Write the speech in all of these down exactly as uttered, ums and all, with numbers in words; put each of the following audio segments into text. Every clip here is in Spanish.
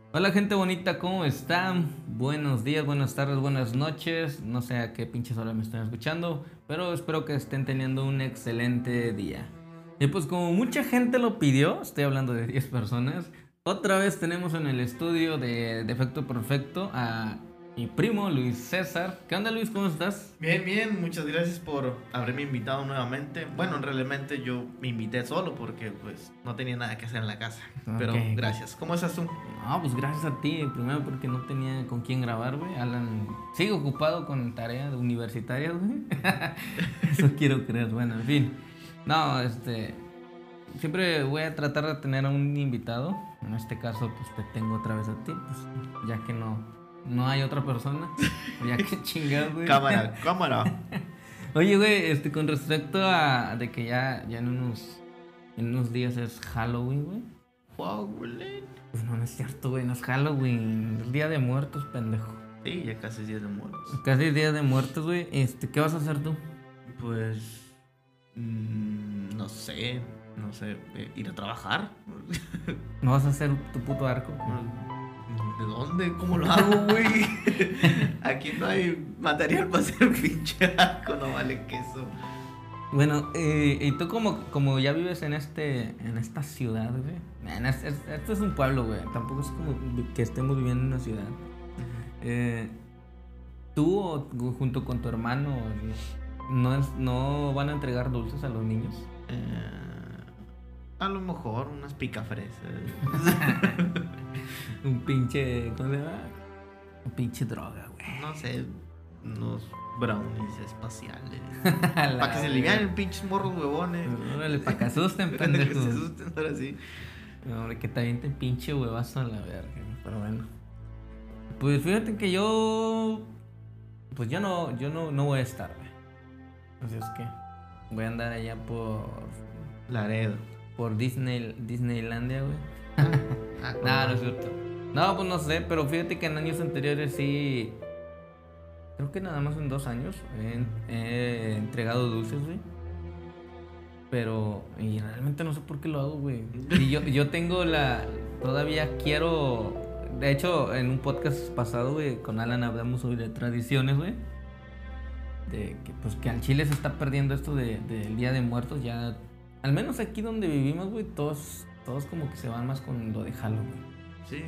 Hola gente bonita, ¿cómo están? Buenos días, buenas tardes, buenas noches. No sé a qué pinches hora me están escuchando, pero espero que estén teniendo un excelente día. Y pues como mucha gente lo pidió, estoy hablando de diez personas, otra vez tenemos en el estudio de Defecto Perfecto a mi primo Luis César. ¿Qué onda, Luis? ¿Cómo estás? Bien, bien, muchas gracias por haberme invitado nuevamente. Bueno, realmente yo me invité solo porque pues no tenía nada que hacer en la casa. Ok, Pero ok. gracias. ¿Cómo estás tú? No, pues gracias a ti, primero porque no tenía con quién grabar, güey. Alan sigue ocupado con tareas universitarias, güey. Eso quiero creer, bueno, en fin. No, este, siempre voy a tratar de tener a un invitado. En este caso, pues te tengo otra vez a ti, pues ya que no, no hay otra persona. Ya que chingados, güey. Cámara, cámara. Oye, güey, este, con respecto a de que ya, ya en unos, en unos días es Halloween, güey. Wow, güey. Pues no, no es cierto, güey, no es Halloween, es Día de Muertos, pendejo. Sí, ya casi es Día de Muertos. Casi Día de Muertos, güey. Este, ¿qué vas a hacer tú? Pues mm, no sé, no sé, eh, ir a trabajar. ¿No vas a hacer tu puto arco? ¿De dónde? ¿Cómo lo hago, güey? Aquí no hay material para hacer pinche arco, no vale queso. Bueno, eh, y tú como, como ya vives en este, en esta ciudad, güey. Man, es- es- esto es un pueblo, güey. Tampoco es como que estemos viviendo en una ciudad. Eh, ¿Tú o junto con tu hermano no, es- no van a entregar dulces a los niños? Eh, a lo mejor unas picafresas. Un pinche, ¿cómo se llama? Un pinche droga, güey. No sé, unos brownies espaciales. A Para que la se verga. alivianen pinches morros huevones. Órale, pa' que asusten, Para que se pendejos. asusten ahora sí. No, hombre, que te avienten pinche huevazo a la verga. Pero bueno. Pues fíjate que yo. Pues yo no, yo no, no voy a estar, güey. Así es que voy a andar allá por. Laredo. Por Disney, Disneylandia, güey. Ah, con Nada, no es madre. cierto. No, pues no sé, pero fíjate que en años anteriores sí. Creo que nada más en dos años he, he entregado dulces, güey. Pero, y realmente no sé por qué lo hago, güey. Y yo, yo tengo la. Todavía quiero. De hecho, en un podcast pasado, güey, con Alan hablamos sobre tradiciones, güey. De que, pues, que al Chile se está perdiendo esto de, del Día de Muertos. Ya. Al menos aquí donde vivimos, güey, todos, todos como que se van más con lo de Halloween. Sí.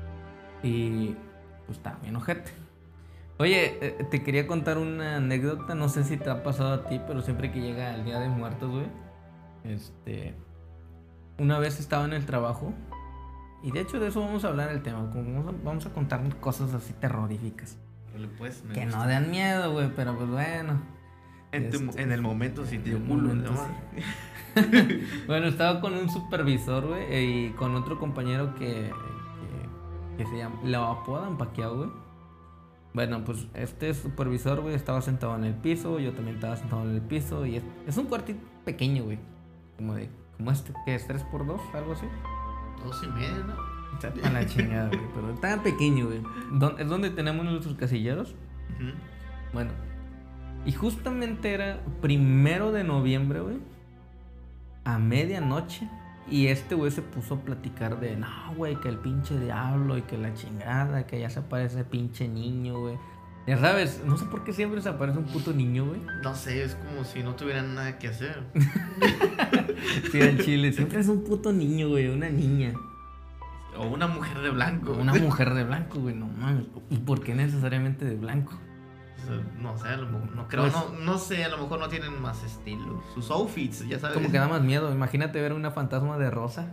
Y. Pues está bien, ojete. Oye, eh, te quería contar una anécdota. No sé si te ha pasado a ti, pero siempre que llega el Día de Muertos, güey. Este. Una vez estaba en el trabajo. Y de hecho de eso vamos a hablar el tema. Como vamos a, vamos a contar cosas así terroríficas. Órale, pues, me Que no gusta. dan miedo, güey. Pero pues bueno. En, tu- Este, en el momento sí te dio en el culo, momento, ¿no? Bueno, estaba con un supervisor, güey. Y con otro compañero que, que, que se llama. Lo apodan Paquiao, güey. Bueno, pues este supervisor, güey, estaba sentado en el piso. Yo también estaba sentado en el piso. Y es, es un cuartito pequeño, güey. Como de. Como este, que es tres por dos, algo así. Dos y medio, ¿no? A la chingada, güey. Pero está pequeño, güey. Don- Es donde tenemos nuestros casilleros. Ujú. Bueno. Y justamente era primero de noviembre, güey. A medianoche. Y este güey se puso a platicar de, no, güey, que el pinche diablo y que la chingada, que ya se aparece pinche niño, güey. Ya sabes, no sé por qué siempre se aparece un puto niño, güey. No sé, es como si no tuvieran nada que hacer. Sí, en Chile, siempre es un puto niño, güey, una niña. O una mujer de blanco. Una mujer de blanco, güey, no mames. ¿Y por qué necesariamente de blanco? O sea, no sé, a lo mejor, no creo, Pues- no, no sé, a lo mejor no tienen más estilo. Sus outfits, ya sabes. Como que da más miedo. Imagínate ver una fantasma de rosa.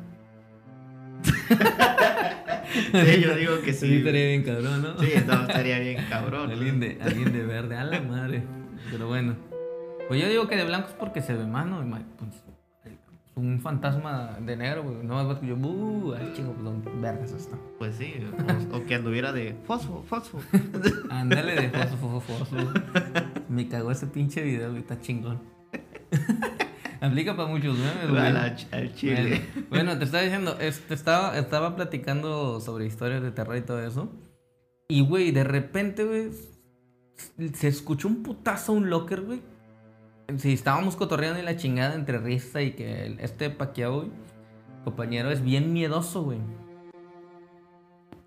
Sí, yo digo que sí. estaría bien cabrón, ¿no? Sí, no, estaría bien cabrón. Alguien de, alguien de verde, a la madre. Pero bueno. Pues yo digo que de blanco es porque se ve más, ¿no? Ima- Pues, un fantasma de negro, güey. No más que yo, ¡buh! Ay, chingo, pues ¿dónde vergas está? Pues sí, o, o que anduviera de fosfo, fosfo. Ándale de fosfo, fosfo, fosfo. Me cagó ese pinche video, güey, está chingón. Aplica para muchos memes, güey. Al, al chile. Bueno, bueno, te estaba diciendo, este, estaba, estaba platicando sobre historias de terror y todo eso. Y, güey, de repente, güey, se escuchó un putazo a un locker, güey. Sí, estábamos cotorreando y la chingada entre risa y que el- este Paquiao, güey, compañero, es bien miedoso, güey.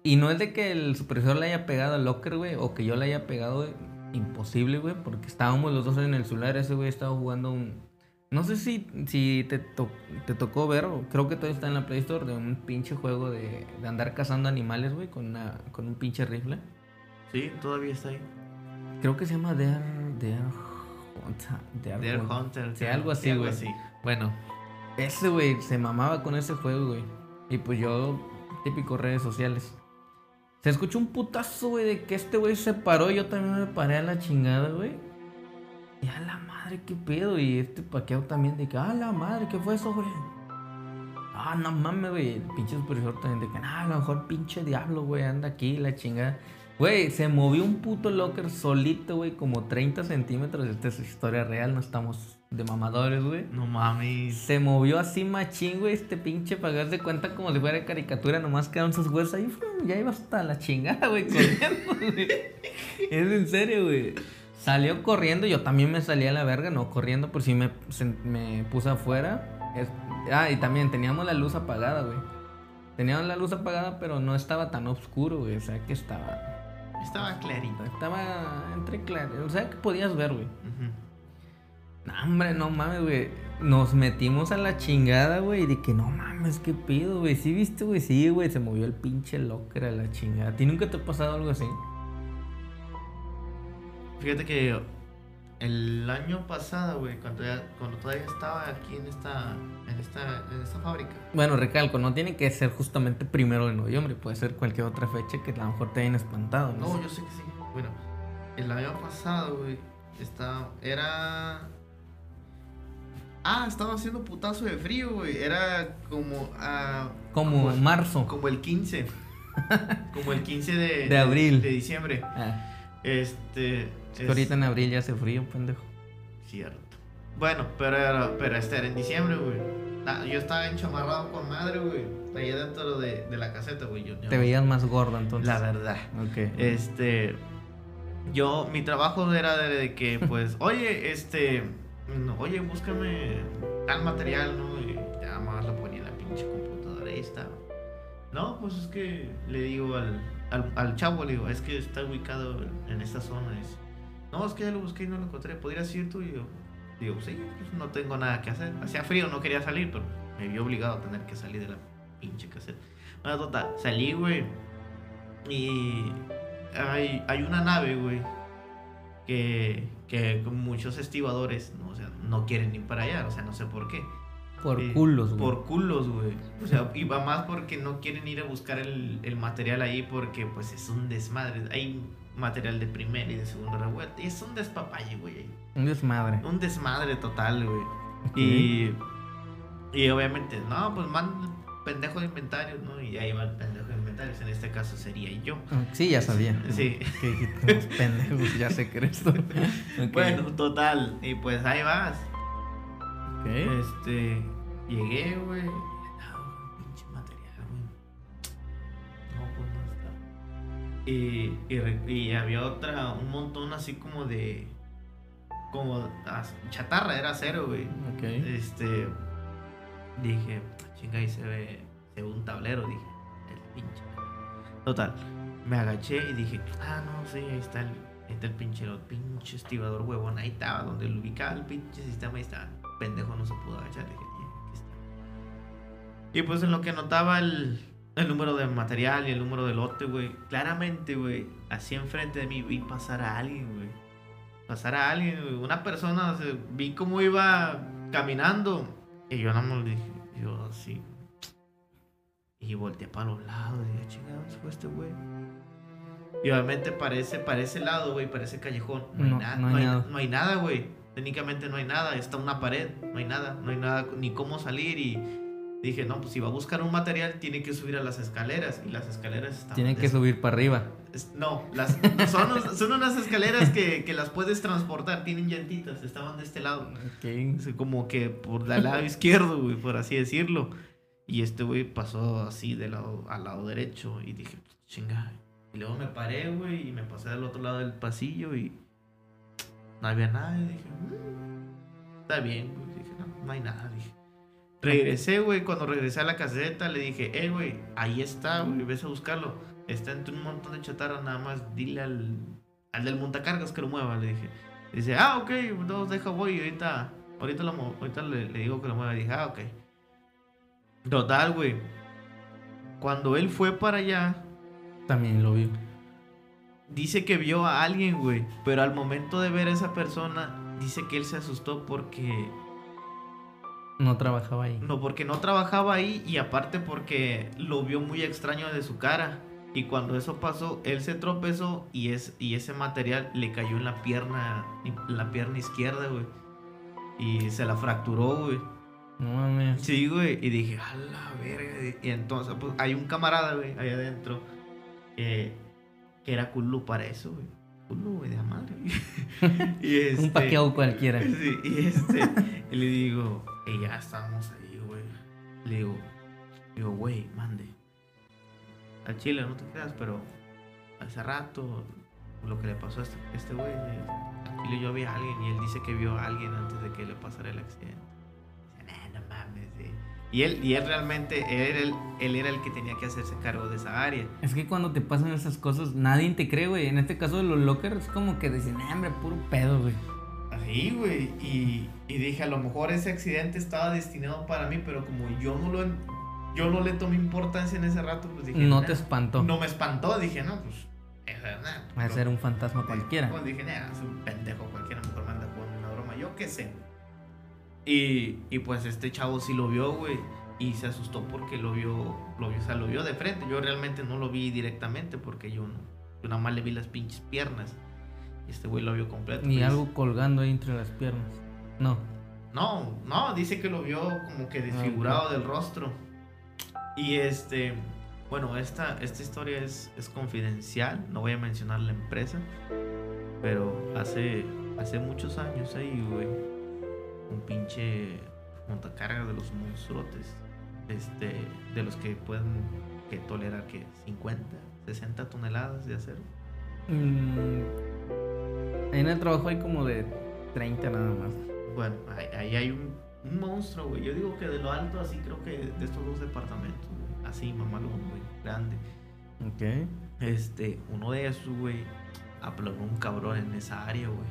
Y no es de que el supervisor le haya pegado al locker, güey, o que yo le haya pegado, güey. Imposible, güey, porque estábamos los dos en el celular. Ese güey estaba jugando un... No sé si, si te, to- te tocó ver, o creo que todavía está en la Play Store, de un pinche juego de, de andar cazando animales, güey, con, una, con un pinche rifle. Sí, todavía está ahí. Creo que se llama Deer... Deer Hunter. Deer Deer Hunter. Hunter. Sí, algo así, güey. Bueno, ese güey se mamaba con ese juego, güey. Y pues yo, típico redes sociales. Se escuchó un putazo, güey, de que este güey se paró. Yo también me paré a la chingada, güey. Y a la madre, qué pedo. Y este paqueo también de que, a la madre, ¿qué fue eso, güey? Ah, no mames, güey. El pinche supervisor también de que, ah, a lo mejor pinche diablo, güey, anda aquí, la chingada. Güey, se movió un puto locker solito, güey, como treinta centímetros. Esta es historia real, no estamos de mamadores, güey. No mames. Se movió así machín, güey, este pinche pagar de cuenta como si fuera de caricatura. Nomás quedaron sus huesos ahí, flum, ya iba hasta la chingada, güey, corriendo, güey. Es en serio, güey. Salió corriendo, yo también me salí a la verga, no corriendo, por si me, se- me puse afuera. Es- ah, y también teníamos la luz apagada, güey. Teníamos la luz apagada, pero no estaba tan oscuro, güey. O sea que estaba. Estaba clarito. Estaba entre claro. O sea que podías ver, güey. Ujú. No, hombre, no mames, güey. Nos metimos a la chingada, güey. De que no mames, qué pido, güey. ¿Sí viste, güey? Sí, güey. Se movió el pinche locker a la chingada. ¿A ti nunca te ha pasado algo así? Fíjate que el año pasado, güey, cuando, ya- cuando todavía estaba aquí en esta, en esta, en esta fábrica. Bueno, recalco, no tiene que ser justamente primero de noviembre. Puede ser cualquier otra fecha que a lo mejor te hayan espantado, ¿no? No, yo sé que sí. Bueno, el año pasado, güey, estaba, era... Ah, estaba haciendo putazo de frío, güey. Era como... ah, Como marzo. Como el quince. Como el quince de... De abril. De diciembre. Ah, Este... es que ahorita en abril ya hace frío, pendejo. Cierto. Bueno, pero, era, pero este era en diciembre, güey. Ah, yo estaba enchamarrado con madre, güey. Ahí dentro de, de la caseta, güey. Yo, yo Te no- veías más gordo entonces. La verdad. Ok. Este... Yo, mi trabajo era de, de que, pues, oye, este... no, oye, búscame tal material, ¿no? Y ya más lo ponía en la pinche computadora. Ahí estaba. No, pues es que le digo al, al, al chavo, le digo, es que está ubicado en esta zona. Dice, no, es que ya lo busqué y no lo encontré. ¿Podrías ir tú? Y yo, digo, sí, pues no tengo nada que hacer. Hacía frío, no quería salir, pero me vi obligado a tener que salir de la pinche caseta. Bueno, total, salí, güey. Y hay, hay una nave, güey, que, que muchos estibadores, ¿no? O sea, no quieren ir para allá, o sea, no sé por qué. Por Eh, culos, güey. Por culos, güey. O sea, y va más porque no quieren ir a buscar el, el material ahí porque pues es un desmadre. Hay material de primera y de segunda revuelta. Y es un despapalle, güey. ahí. Un desmadre. Un desmadre total, güey. Ok. Y, y obviamente, no, pues manda pendejo de inventarios, ¿no? Y ahí va el pendejo de inventarios. En este caso sería yo. Sí, ya sabía. Sí. Que dijiste, "Los pendejos, ya sé que eres tú". Ok. Bueno, total. Y pues ahí vas. Ok. Este, llegué, güey. No, pinche material, güey. No, pues no está. Y, y, re- y había otra, un montón así como de. Como as- chatarra, era acero, güey. Ok. Este. Dije, chinga, ahí se ve, se ve un tablero, dije. El pinche. Total. Me agaché y dije, ah, no, sí, ahí está el, ahí está el pinche, el pinche estibador huevón. Ahí estaba, donde lo ubicaba el pinche sistema, ahí estaba. Pendejo no se pudo agachar. Dije, "Bien, aquí está". Y pues en lo que notaba el, el número de material y el número de lote, güey. Claramente, güey, así enfrente de mí vi pasar a alguien, güey. Pasar a alguien, güey. Una persona, o sea, vi cómo iba caminando. Y yo nada más dije, yo así. Y volteé para los lados. Y dije, chingados, fue este güey. Y obviamente para ese, para ese lado, güey, para ese callejón, no, No, hay, nada, no hay no, hay, nada. no hay nada, güey. Técnicamente no hay nada, está una pared, no hay nada, no hay nada ni cómo salir. Y dije, no, pues si va a buscar un material, tiene que subir a las escaleras. Y las escaleras están. Tienen que subir para arriba. No, las, son, son unas escaleras que, que las puedes transportar, tienen llantitas, estaban de este lado. Ok. Es como que por el lado izquierdo, güey, por así decirlo. Y este güey pasó así de lado al lado derecho. Y dije, chinga. Y luego me paré, güey, y me pasé al otro lado del pasillo y no había nada. Y dije, "Mm, está bien, güey". Dije, no, no hay nada. Dije, Regresé, güey. Cuando regresé a la caseta, le dije, eh, güey, ahí está, güey. Ves a buscarlo. Está entre un montón de chatarra. Nada más dile al, al del montacargas que lo mueva, le dije. Dice, ah, ok, no, deja, voy. Ahorita, ahorita, lo, ahorita le, le digo que lo mueva. Dije, ah, ok. Total, güey. Cuando él fue para allá, También lo vio. dice que vio a alguien, güey. Pero al momento de ver a esa persona, dice que él se asustó porque... No trabajaba ahí. No, porque no trabajaba ahí y aparte porque lo vio muy extraño de su cara. Y cuando eso pasó, él se tropezó y, es, y ese material le cayó en la pierna, en la pierna izquierda, güey. Y se la fracturó, güey. No mames. Sí, güey. Y dije, a la verga. Y entonces, pues hay un camarada, güey, ahí adentro, que, que era culo para eso, güey. Culo, güey, de la madre. Y este, Un paqueado cualquiera. Sí, y este, y le digo, y ya estamos ahí, güey. Le digo, digo, güey, mande. Al chile, no te creas, pero hace rato, lo que le pasó a este, este güey, al chile yo vi a alguien y él dice que vio a alguien antes de que le pasara el accidente. No mames, sí. Y él, y él realmente, él era, el, él era el que tenía que hacerse cargo de esa área. Es que cuando te pasan esas cosas, nadie te cree, güey. En este caso de los lockers, es como que dicen, ah, hombre, puro pedo, güey. Así, güey. Y, y dije, a lo mejor ese accidente estaba destinado para mí, pero como yo no lo, yo no le tomé importancia en ese rato, pues dije, No nah, te espantó. No me espantó, dije, no, pues, es verdad. Va a ser un fantasma Pues, cualquiera. Pues dije, nah, es un pendejo cualquiera, mejor me anda jugando una broma, yo qué sé. Y, y pues este chavo sí lo vio, güey. Y se asustó porque lo vio, lo vio, o sea, lo vio de frente. Yo realmente no lo vi directamente porque yo no, yo nada más le vi las pinches piernas. Y este güey lo vio completo. Ni pues, algo colgando ahí entre las piernas. No. No, no, dice que lo vio como que desfigurado Ah, del rostro. Y este, bueno, esta, esta historia es, es confidencial, no voy a mencionar la empresa, pero hace, hace muchos años ahí, güey, un pinche montacargas de los monstruotes, este, de los que pueden que tolerar que cincuenta, sesenta toneladas de acero. Mm, en el trabajo hay como de treinta nada más. Bueno, ahí, ahí hay un, un monstruo, güey. Yo digo que de lo alto, así creo que de estos dos departamentos, güey. Así, mamalón, güey. Grande. Ok. Este, uno de esos, güey, aplomó un cabrón en esa área, güey.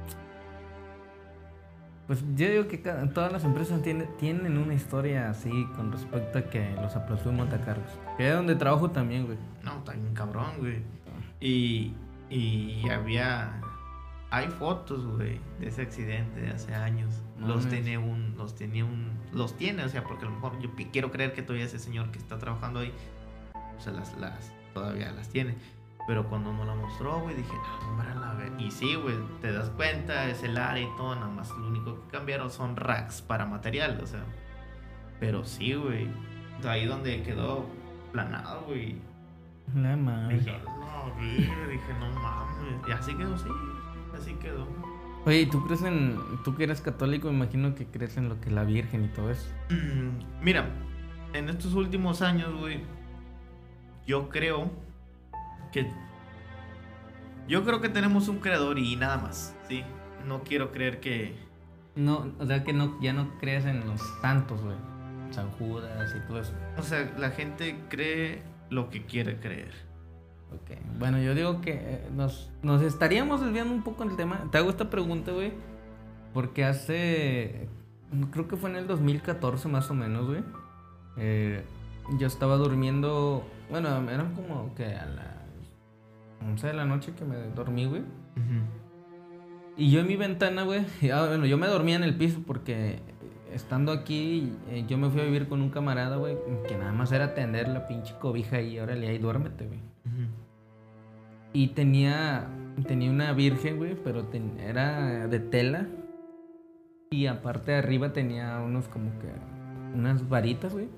Pues yo digo que cada- todas las empresas tienen, tienen una historia así con respecto a que los aplastó un montacargas. Que es donde trabajo también, güey. No, está bien cabrón, güey. Y, y había... Hay fotos, güey, de ese accidente de hace años. No los mames. tiene un... Los tiene un... Los tiene, o sea, porque a lo mejor yo pi- quiero creer que todavía ese señor que está trabajando ahí, o sea, las, las, todavía las tiene. Pero cuando nos la mostró, güey, dije, no, hombre, a la ver. Y sí, güey, te das cuenta, es el área y todo, nada más lo único que cambiaron son racks para material, o sea. Pero sí, güey, de ahí donde quedó planado, güey. La madre. Dije, no, güey, dije, no mames. Y así quedó, sí, así quedó. Oye, ¿y tú crees en... Tú que eres católico, me imagino que crees en lo que es la Virgen y todo eso? Mm, Mira, en estos últimos años, güey, yo creo que yo creo que tenemos un creador y nada más, sí. No quiero creer que No, o sea que no, ya no crees en los santos, güey. San Judas y todo eso. o sea, la gente cree lo que quiere creer. Ok. Bueno, yo digo que eh, nos, nos estaríamos desviando un poco en el tema. Te hago esta pregunta, güey. Porque hace... Creo que fue en el dos mil catorce más o menos, güey. Eh, yo estaba durmiendo... Bueno, eran como que a las once de la noche que me dormí, güey. Y yo en mi ventana, güey... ah, Bueno, yo me dormía en el piso porque... Estando aquí, eh, yo me fui a vivir con un camarada, güey, que nada más era tender la pinche cobija y órale, ahí duérmete, güey. Y tenía, tenía una virgen, güey, pero ten- era de tela. Y aparte de arriba tenía unos como que... Unas varitas, güey.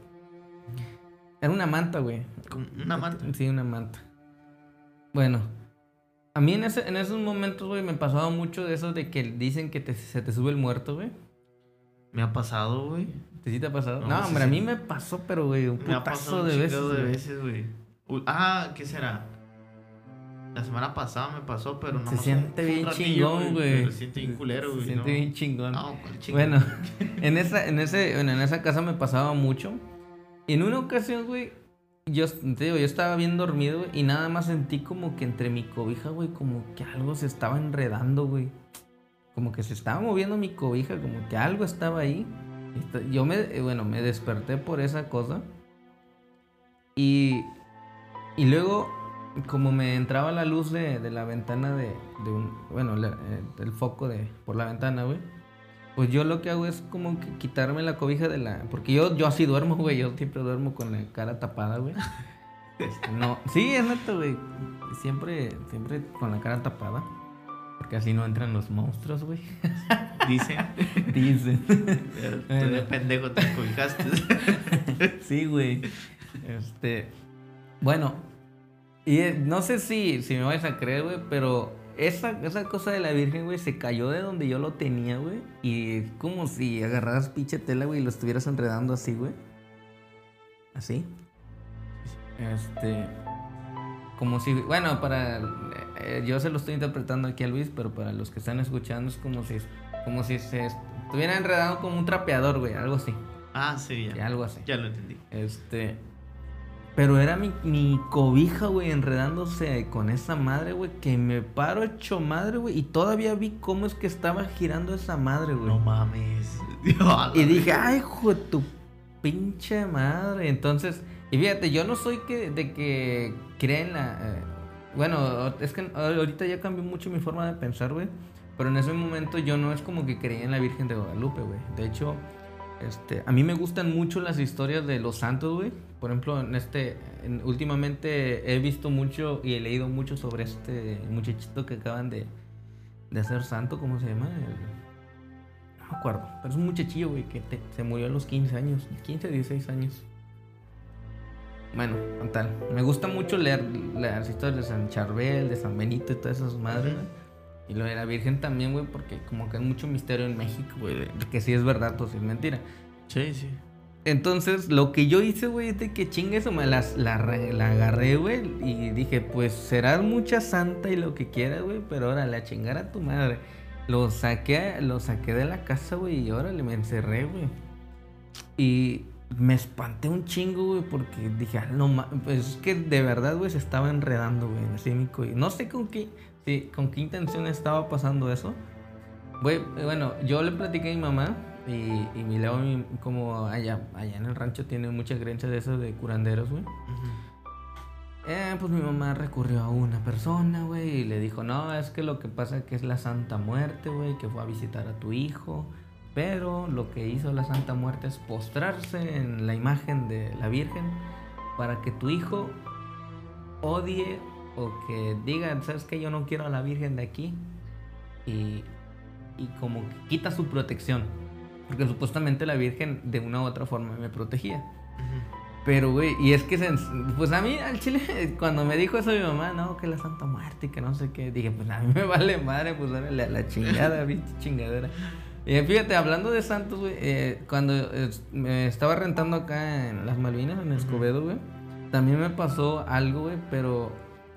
Era una manta, güey. Como una manta. Sí, una manta. Bueno, a mí en, ese, en esos momentos, güey, me pasaba mucho de eso de que dicen que te- se te sube el muerto, güey. Me ha pasado, güey. ¿Te sí te ha pasado? No, No, sí, hombre, sí. a mí me pasó, pero, güey, un Me ha putazo pasado un de veces, chingado de güey. veces, güey. Uy, Ah, ¿qué será? La semana pasada me pasó, pero no Se siente bien chingón, güey. Se siente bien culero, güey. Se siente ¿no? bien chingón. No, ¿cuál chingón? Bueno, en esa, en ese, bueno, en esa casa me pasaba mucho. Y en una ocasión, güey, yo, te digo, yo estaba bien dormido, güey, y nada más sentí como que entre mi cobija, güey, como que algo se estaba enredando, güey. Como que se estaba moviendo mi cobija, como que algo estaba ahí. Yo me, bueno, me desperté por esa cosa. Y, y luego, como me entraba la luz de, de la ventana de, de un, bueno, la, eh, del foco de, por la ventana, güey. Pues yo lo que hago es como que quitarme la cobija de la... Porque yo, yo así duermo, güey. Yo siempre duermo con la cara tapada, güey. Este, no, sí, es neto, güey. Siempre, siempre con la cara tapada. Porque así no entran los monstruos, güey. Dicen. Dicen. Tú de pendejo te cobijaste. Sí, güey. Este... Bueno, y eh, no sé si, si me vais a creer, güey, pero esa, esa cosa de la Virgen, güey, se cayó de donde yo lo tenía, güey. Y es como si agarraras pinche tela, güey, y lo estuvieras enredando así, güey. Así. Este... Como si... Bueno, para... Eh, yo se lo estoy interpretando aquí a Luis, pero para los que están escuchando es como si... Como si se estuviera enredando como un trapeador, güey, algo así. Ah, sí, ya. Sí, algo así. Ya lo entendí. Este... Pero era mi, mi cobija, güey, enredándose con esa madre, güey, que me paro hecho madre, güey, y todavía vi cómo es que estaba girando esa madre, güey. No mames. Y dije, ay, hijo de tu pinche madre. Entonces, y fíjate, yo no soy que, de que crea en la... Eh, bueno, es que ahorita ya cambió mucho mi forma de pensar, güey. Pero en ese momento yo no es como que creía en la Virgen de Guadalupe, güey. De hecho... Este, a mí me gustan mucho las historias de los santos, güey. Por ejemplo, en este, en, últimamente he visto mucho y he leído mucho sobre este muchachito que acaban de, de hacer santo, ¿cómo se llama? El, no me acuerdo, pero es un muchachillo, güey, que te, se murió a los quince años, quince, dieciséis años. Bueno, tal. Me gusta mucho leer las historias de San Charbel, de San Benito y todas esas madres, güey. Y lo de la Virgen también, güey, porque como que hay mucho misterio en México, güey, que si es verdad o si es mentira. Sí, sí. Entonces, lo que yo hice, güey, es de que chingue eso, me las, la, la agarré, güey, y dije, pues serás mucha santa y lo que quieras, güey, pero órale, a chingar a tu madre. Lo saqué, lo saqué de la casa, güey, y órale, me encerré, güey. Y me espanté un chingo, güey, porque dije, ah, no mames, pues es que de verdad, güey, se estaba enredando, güey, así mi cuello. No sé con qué... Sí, ¿con qué intención estaba pasando eso? Güey, bueno, yo le platiqué a mi mamá y, y mi Leo, mi, como allá, allá en el rancho tiene mucha creencia de eso de curanderos, güey. Uh-huh. Eh, pues mi mamá recurrió a una persona, güey, y le dijo, no, es que lo que pasa es que es la Santa Muerte, güey, que fue a visitar a tu hijo. Pero lo que hizo la Santa Muerte es postrarse en la imagen de la Virgen para que tu hijo odie o que digan, ¿sabes qué? Yo no quiero a la Virgen de aquí. Y, y como que quita su protección. Porque supuestamente la Virgen de una u otra forma me protegía. Uh-huh. Pero, güey, y es que, se, pues a mí, al chile, cuando me dijo eso mi mamá, no, que la Santa Muerte y que no sé qué, dije, pues a mí me vale madre, pues dale la, la chingada, ¿viste? Chingadera. Y fíjate, hablando de santos, güey, eh, cuando eh, me estaba rentando acá en las Malvinas, en Escobedo, güey, también me pasó algo, güey, pero...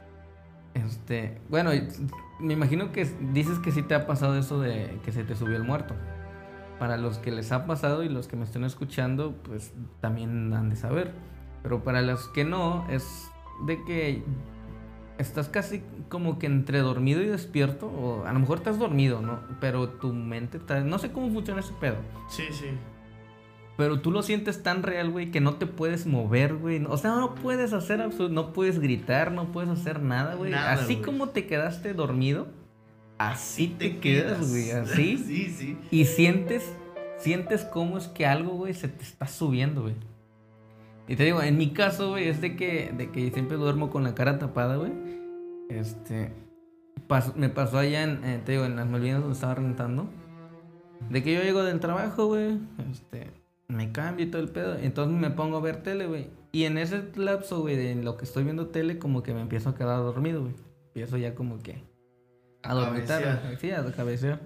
Este, bueno, me imagino que dices que sí te ha pasado eso de que se te subió el muerto. Para los que les ha pasado y los que me estén escuchando, pues también han de saber. Pero para los que no, es de que estás casi como que entre dormido y despierto. O a lo mejor estás dormido, ¿no? Pero tu mente está... No sé cómo funciona ese pedo. Sí, sí. Pero tú lo sientes tan real, güey, que no te puedes mover, güey. O sea, no puedes hacer absolutamente... No puedes gritar, no puedes hacer nada, güey. Así wey. Como te quedaste dormido, así te, te quedas, güey. Así. Sí, sí. Y sientes... Sientes cómo es que algo, güey, se te está subiendo, güey. Y te digo, en mi caso, güey, es de que, de que siempre duermo con la cara tapada, güey. Este... Pas, me pasó allá en... Eh, te digo, en las Malvinas donde estaba rentando. De que yo llego del trabajo, güey. Este... Me cambio y todo el pedo. Entonces me pongo a ver tele, güey. Y en ese lapso, güey, de lo que estoy viendo tele, como que me empiezo a quedar dormido, güey. Empiezo ya como que a dormitar, sí, a cabecear.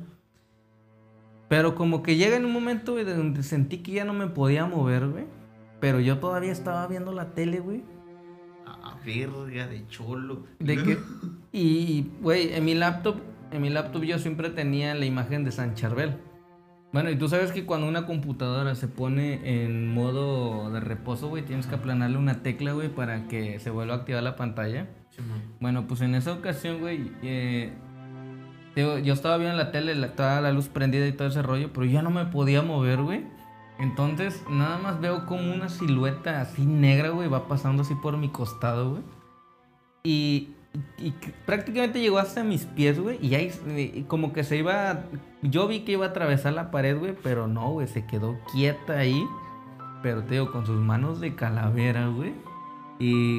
Pero como que llega en un momento, güey, donde sentí que ya no me podía mover, güey. Pero yo todavía estaba viendo la tele, güey. Ah, verga, de cholo. De que, y, güey, en mi laptop, en mi laptop yo siempre tenía la imagen de San Charbel. Bueno, y tú sabes que cuando una computadora se pone en modo de reposo, güey, tienes que aplanarle una tecla, güey, para que se vuelva a activar la pantalla. Sí, man. Bueno, pues en esa ocasión, güey, eh, digo, yo estaba viendo la tele, la, toda la luz prendida y todo ese rollo, pero ya no me podía mover, güey. Entonces, nada más veo como una silueta así negra, güey, va pasando así por mi costado, güey. Y, y, y prácticamente llegó hasta mis pies, güey. Y ahí, y como que se iba. Yo vi que iba a atravesar la pared, güey, pero no, güey, se quedó quieta ahí. Pero te digo, con sus manos de calavera, güey. Y.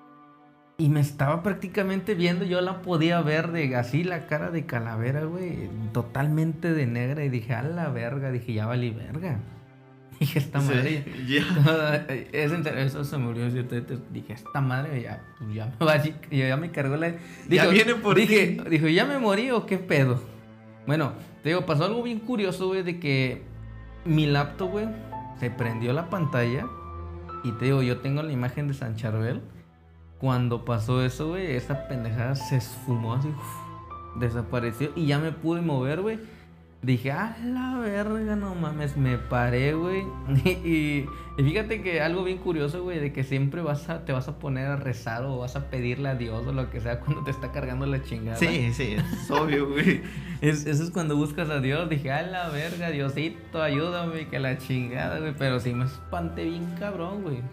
Y me estaba prácticamente viendo, yo la podía ver de así la cara de calavera, güey, totalmente de negra. Y dije, a la verga, dije, ya valí verga. Dije, esta Sí, madre. ya. Es en serio, eso se me olvidó decirte. Dije, esta madre ya, pues ya me va a, ya me cargó la. Ya viene por dije, ti. Dijo, ¿ya me morí o qué pedo? Bueno, te digo, pasó algo bien curioso, güey, de que mi laptop, güey, se prendió la pantalla. Y te digo, yo tengo la imagen de San Charbel. Cuando pasó eso, güey, esa pendejada se esfumó así, uf, desapareció y ya me pude mover, güey. Dije, a la verga, no mames, me paré, güey. Y, y, y fíjate que algo bien curioso, güey, de que siempre vas a, te vas a poner a rezar o vas a pedirle a Dios o lo que sea cuando te está cargando la chingada. Sí, sí, es obvio, güey. Es, eso es cuando buscas a Dios. Dije, a la verga, Diosito, ayúdame, que la chingada, güey. Pero sí me espanté bien cabrón, güey.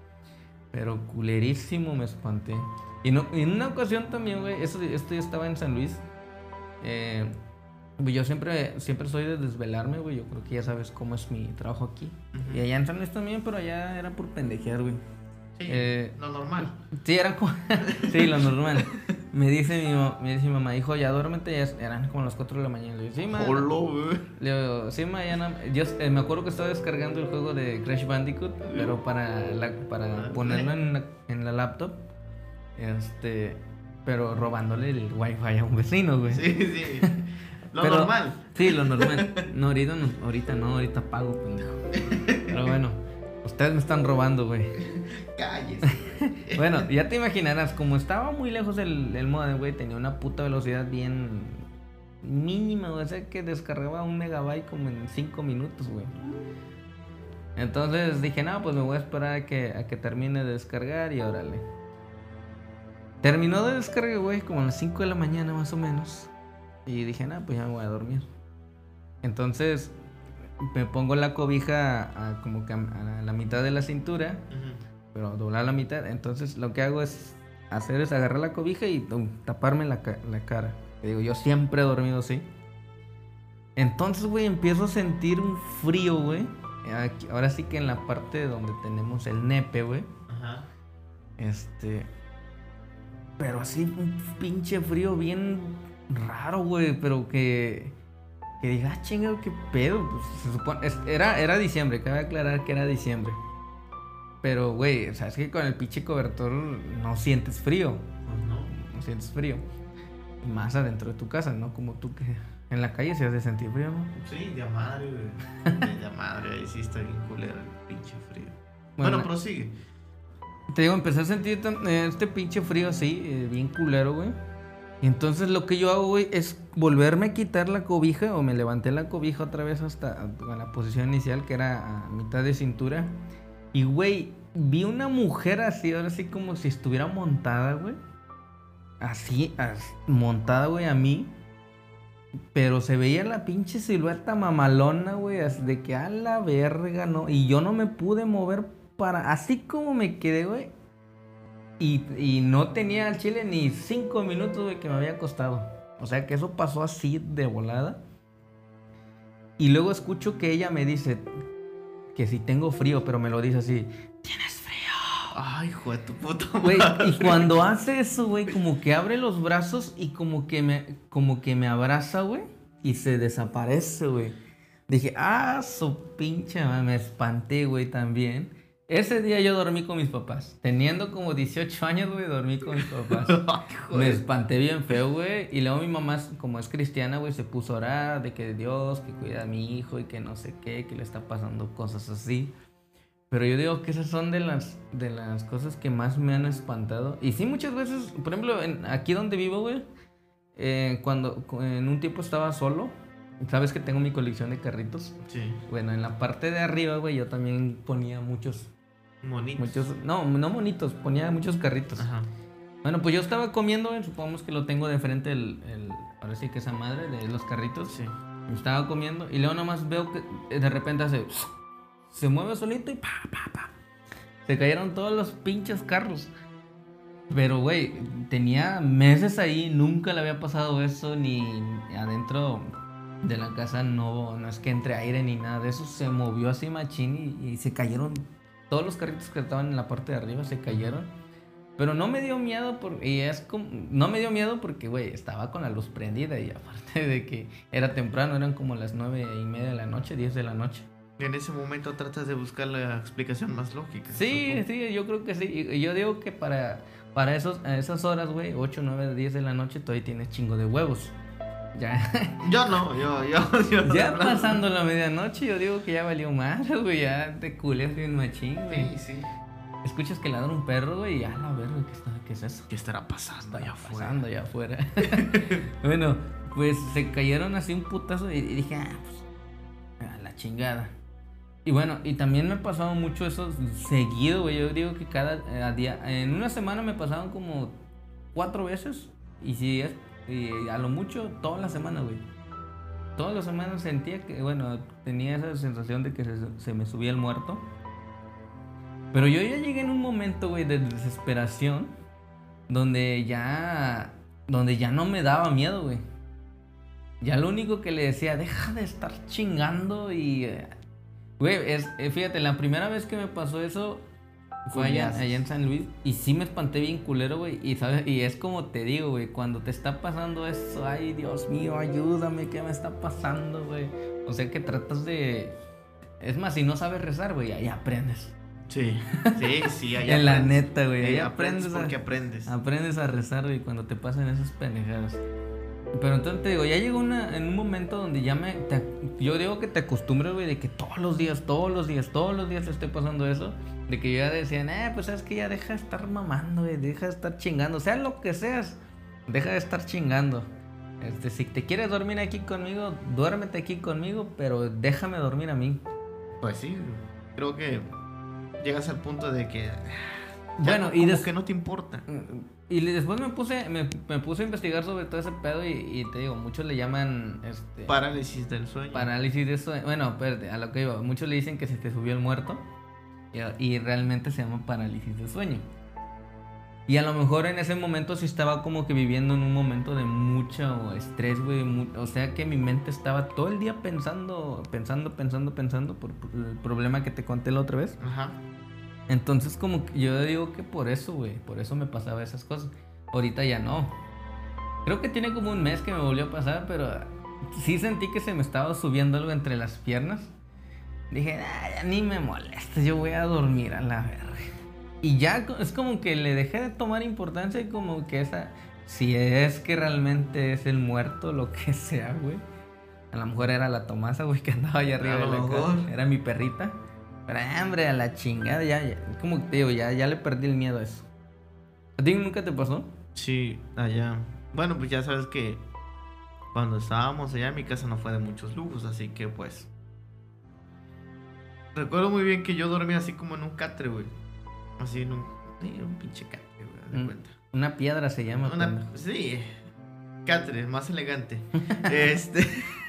Pero culerísimo me espanté. Y no, en una ocasión también, güey, esto, esto yo estaba en San Luis. Eh, yo siempre, siempre soy de desvelarme, güey. Yo creo que ya sabes cómo es mi trabajo aquí. Uh-huh. Y allá en San Luis también, pero allá era por pendejear, güey. Sí, eh, lo normal. Sí, era como... sí, lo normal. Me dice mi, me dice mi mamá, hijo, ya duérmete, ya eran como las cuatro de la mañana. Le digo, sí, ma. güey. Le digo, sí, ma, ya no... Yo eh, me acuerdo que estaba descargando el juego de Crash Bandicoot, pero para, la, para ponerlo en la, en la laptop, este... pero robándole el wifi a un vecino, güey. Sí, sí. Lo pero, normal. Sí, lo normal. No, ahorita no, ahorita no, ahorita pago, pendejo. Pero bueno, ustedes me están robando, güey. Cállese. Bueno, ya te imaginarás, como estaba muy lejos el, el modem, güey, tenía una puta velocidad bien mínima, güey. O sea, que descargaba un megabyte como en cinco minutos, güey. Entonces dije, no, pues me voy a esperar a que, a que termine de descargar y órale. Terminó de descargar, güey, como a las cinco de la mañana más o menos. Y dije, no, pues ya me voy a dormir. Entonces me pongo la cobija a, como que a, a la mitad de la cintura. Uh-huh. Pero doblar la mitad. Entonces lo que hago es hacer es agarrar la cobija y um, taparme la, la cara. Te digo, yo siempre he dormido así. Entonces, güey, empiezo a sentir un frío, güey. Aquí, ahora sí que en la parte donde tenemos el nepe, güey. Ajá. Este... Pero así un pinche frío bien raro, güey. Pero que... Que diga, ah, chingado, qué pedo. Pues, se supone... Es, era, era diciembre, cabe aclarar que era diciembre. Pero, güey, o sea, es que con el pinche cobertor no sientes frío. No. No sientes frío. Y más adentro de tu casa, ¿no? Como tú que en la calle se has de sentir frío, ¿no? Sí, de madre, güey. De madre, ahí sí está bien culero el pinche frío. Bueno, bueno, prosigue. Te digo, empecé a sentir este pinche frío así, eh, bien culero, güey. Y entonces lo que yo hago, güey, es volverme a quitar la cobija. O me levanté la cobija otra vez hasta a la posición inicial, que era a mitad de cintura. Y, güey, vi una mujer así, ahora sí como si estuviera montada, güey. Así, así montada, güey, a mí. Pero se veía la pinche silueta mamalona, güey, así de que a la verga, ¿no? Y yo no me pude mover para... Así como me quedé, güey. Y, y no tenía al chile ni cinco minutos, güey, que me había costado. O sea, que eso pasó así de volada. Y luego escucho que ella me dice... que si tengo frío, pero me lo dice así, ¿tienes frío? Ay, hijo de tu puta madre. Güey, y cuando hace eso, güey, como que abre los brazos y como que me, como que me abraza, güey, y se desaparece, güey. Dije, ah, su pinche madre, me espanté, güey, también. Ese día yo dormí con mis papás. Teniendo como dieciocho años, güey, dormí con mis papás. Me espanté bien feo, güey. Y luego mi mamá, como es cristiana, güey, se puso a orar de que Dios, que cuida a mi hijo y que no sé qué, que le está pasando cosas así. Pero yo digo que esas son de las, de las cosas que más me han espantado. Y sí, muchas veces, por ejemplo, en, aquí donde vivo, güey, eh, cuando en un tiempo estaba solo, sabes que tengo mi colección de carritos. Sí. Bueno, en la parte de arriba, güey, yo también ponía muchos... Monitos. Muchos, no, no monitos, ponía muchos carritos. Ajá. Bueno, pues yo estaba comiendo, güey, supongamos que lo tengo de frente, el, el, ahora sí que esa madre de los carritos. Sí. Estaba comiendo y luego nomás veo que de repente hace... Se mueve solito y pa, pa, pa. Se cayeron todos los pinches carros. Pero, güey, tenía meses ahí, nunca le había pasado eso, ni adentro de la casa no, no es que entre aire ni nada de eso. Se movió así machín y, y se cayeron todos los carritos que estaban en la parte de arriba, se cayeron. Pero no me dio miedo, por, y es como, no me dio miedo porque, güey, estaba con la luz prendida y aparte de que era temprano, eran como las nueve y media de la noche, diez de la noche. Y en ese momento tratas de buscar la explicación más lógica. Sí, supongo. Sí, yo creo que sí. Y yo digo que para, para esos, esas horas, güey, ocho, nueve, diez de la noche, todavía tienes chingo de huevos. Ya. Yo no, yo, yo, yo Ya no, pasando no. la medianoche, yo digo que ya valió más, güey, ya te culeas bien machín, güey. Sí, sí. Escuchas que ladra un perro, güey, y a la verga, ¿qué, está, ¿qué es eso? ¿Qué estará pasando allá afuera? Pasando allá afuera. Bueno, pues se cayeron así un putazo y dije, ah, pues, a la chingada. Y bueno, y también me ha pasado mucho eso seguido, güey. Yo digo que cada a día, en una semana me pasaban como cuatro veces. Y si es, y a lo mucho, toda la semana, güey. Todas las semanas sentía que, bueno, tenía esa sensación de que se, se me subía el muerto. Pero yo ya llegué en un momento, güey, de desesperación. Donde ya, donde ya no me daba miedo, güey. Ya lo único que le decía, deja de estar chingando y... Güey, es, fíjate, la primera vez que me pasó eso fue allá, allá en San Luis. Y sí me espanté bien culero, güey. Y, ¿sabes? Y es como te digo, güey, cuando te está pasando eso, ay, Dios mío, ayúdame, ¿qué me está pasando, güey? O sea que tratas de... Es más, si no sabes rezar, güey, ahí aprendes. Sí, sí, sí, ahí en la neta, güey, ahí aprendes. aprendes porque a, aprendes. Aprendes a rezar, güey, cuando te pasan esas pendejadas. Pero entonces te digo, ya llegó una, en un momento donde ya me... Te, yo digo que te acostumbres, güey, de que todos los días, todos los días, todos los días te esté pasando eso. De que yo ya decían, eh, pues sabes que ya deja de estar mamando, güey, deja de estar chingando. Sea lo que seas, deja de estar chingando. Este, si te quieres dormir aquí conmigo, duérmete aquí conmigo, pero déjame dormir a mí. Pues sí, creo que llegas al punto de que... Bueno, no, y des... que no te importa. Y después me puse me, me puse a investigar sobre todo ese pedo y, y te digo, muchos le llaman este parálisis del sueño. Parálisis del sueño. Bueno, espérate, a lo que iba, muchos le dicen que se te subió el muerto y, y realmente se llama parálisis del sueño. Y a lo mejor en ese momento sí estaba como que viviendo en un momento de mucho estrés, güey, mu- o sea que mi mente estaba todo el día pensando, pensando, pensando, pensando por, por el problema que te conté la otra vez. Ajá. Entonces como que yo digo que por eso, güey, por eso me pasaba esas cosas. Ahorita ya no. Creo que tiene como un mes que me volvió a pasar, pero sí sentí que se me estaba subiendo algo entre las piernas. Dije, ah, ya ni me molestes, yo voy a dormir a la verga. Y ya es como que le dejé de tomar importancia y como que esa... Si es que realmente es el muerto, lo que sea, güey. A lo mejor era la Tomasa, güey, que andaba allá arriba de la casa. Era mi perrita. Pero, hombre, a la chingada, ya, ya, como te digo, ya, ya le perdí el miedo a eso. ¿A ti nunca te pasó? Sí, allá. Bueno, pues ya sabes que cuando estábamos allá, mi casa no fue de muchos lujos, así que pues... Recuerdo muy bien que yo dormía así como en un catre, güey. Así en un, sí, un pinche catre, güey, haz de Mm, cuenta. Una piedra se llama. Una, pendejo. sí, catre, más elegante. este...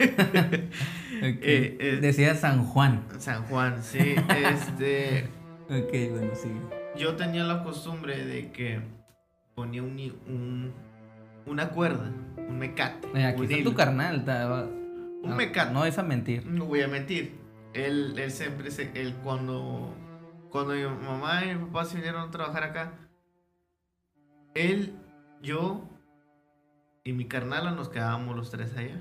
Okay. eh, eh, Decía San Juan. San Juan, sí, este... Ok, bueno, sí. Yo tenía la costumbre de que ponía un, un una cuerda, un mecate. Eh, aquí un está hilo. tu carnal. ta- va- Un no, mecate. No es a mentir. No voy a mentir. Él, él siempre, se, él cuando, cuando mi mamá y mi papá se vinieron a trabajar acá, él, yo y mi carnala nos quedábamos los tres allá.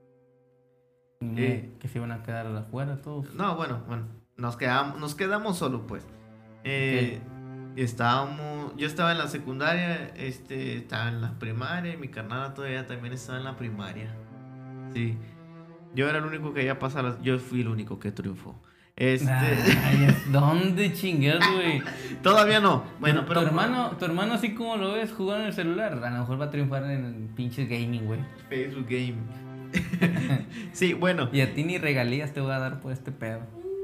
No, Eh. que se iban a quedar afuera todos. No, bueno, bueno, nos quedamos, nos quedamos solo, pues. Eh, Estábamos, yo estaba en la secundaria, este, estaba en la primaria, y mi carnala todavía también estaba en la primaria. Sí, yo era el único que había pasado, yo fui el único que triunfó. Este... Ay, ¿dónde chingas, güey? Todavía no. Bueno, tu, pero... Tu hermano, tu hermano así como lo ves jugando en el celular, a lo mejor va a triunfar en pinches gaming, güey. Facebook Game. Sí, bueno. Y a ti ni regalías te voy a dar por este pedo.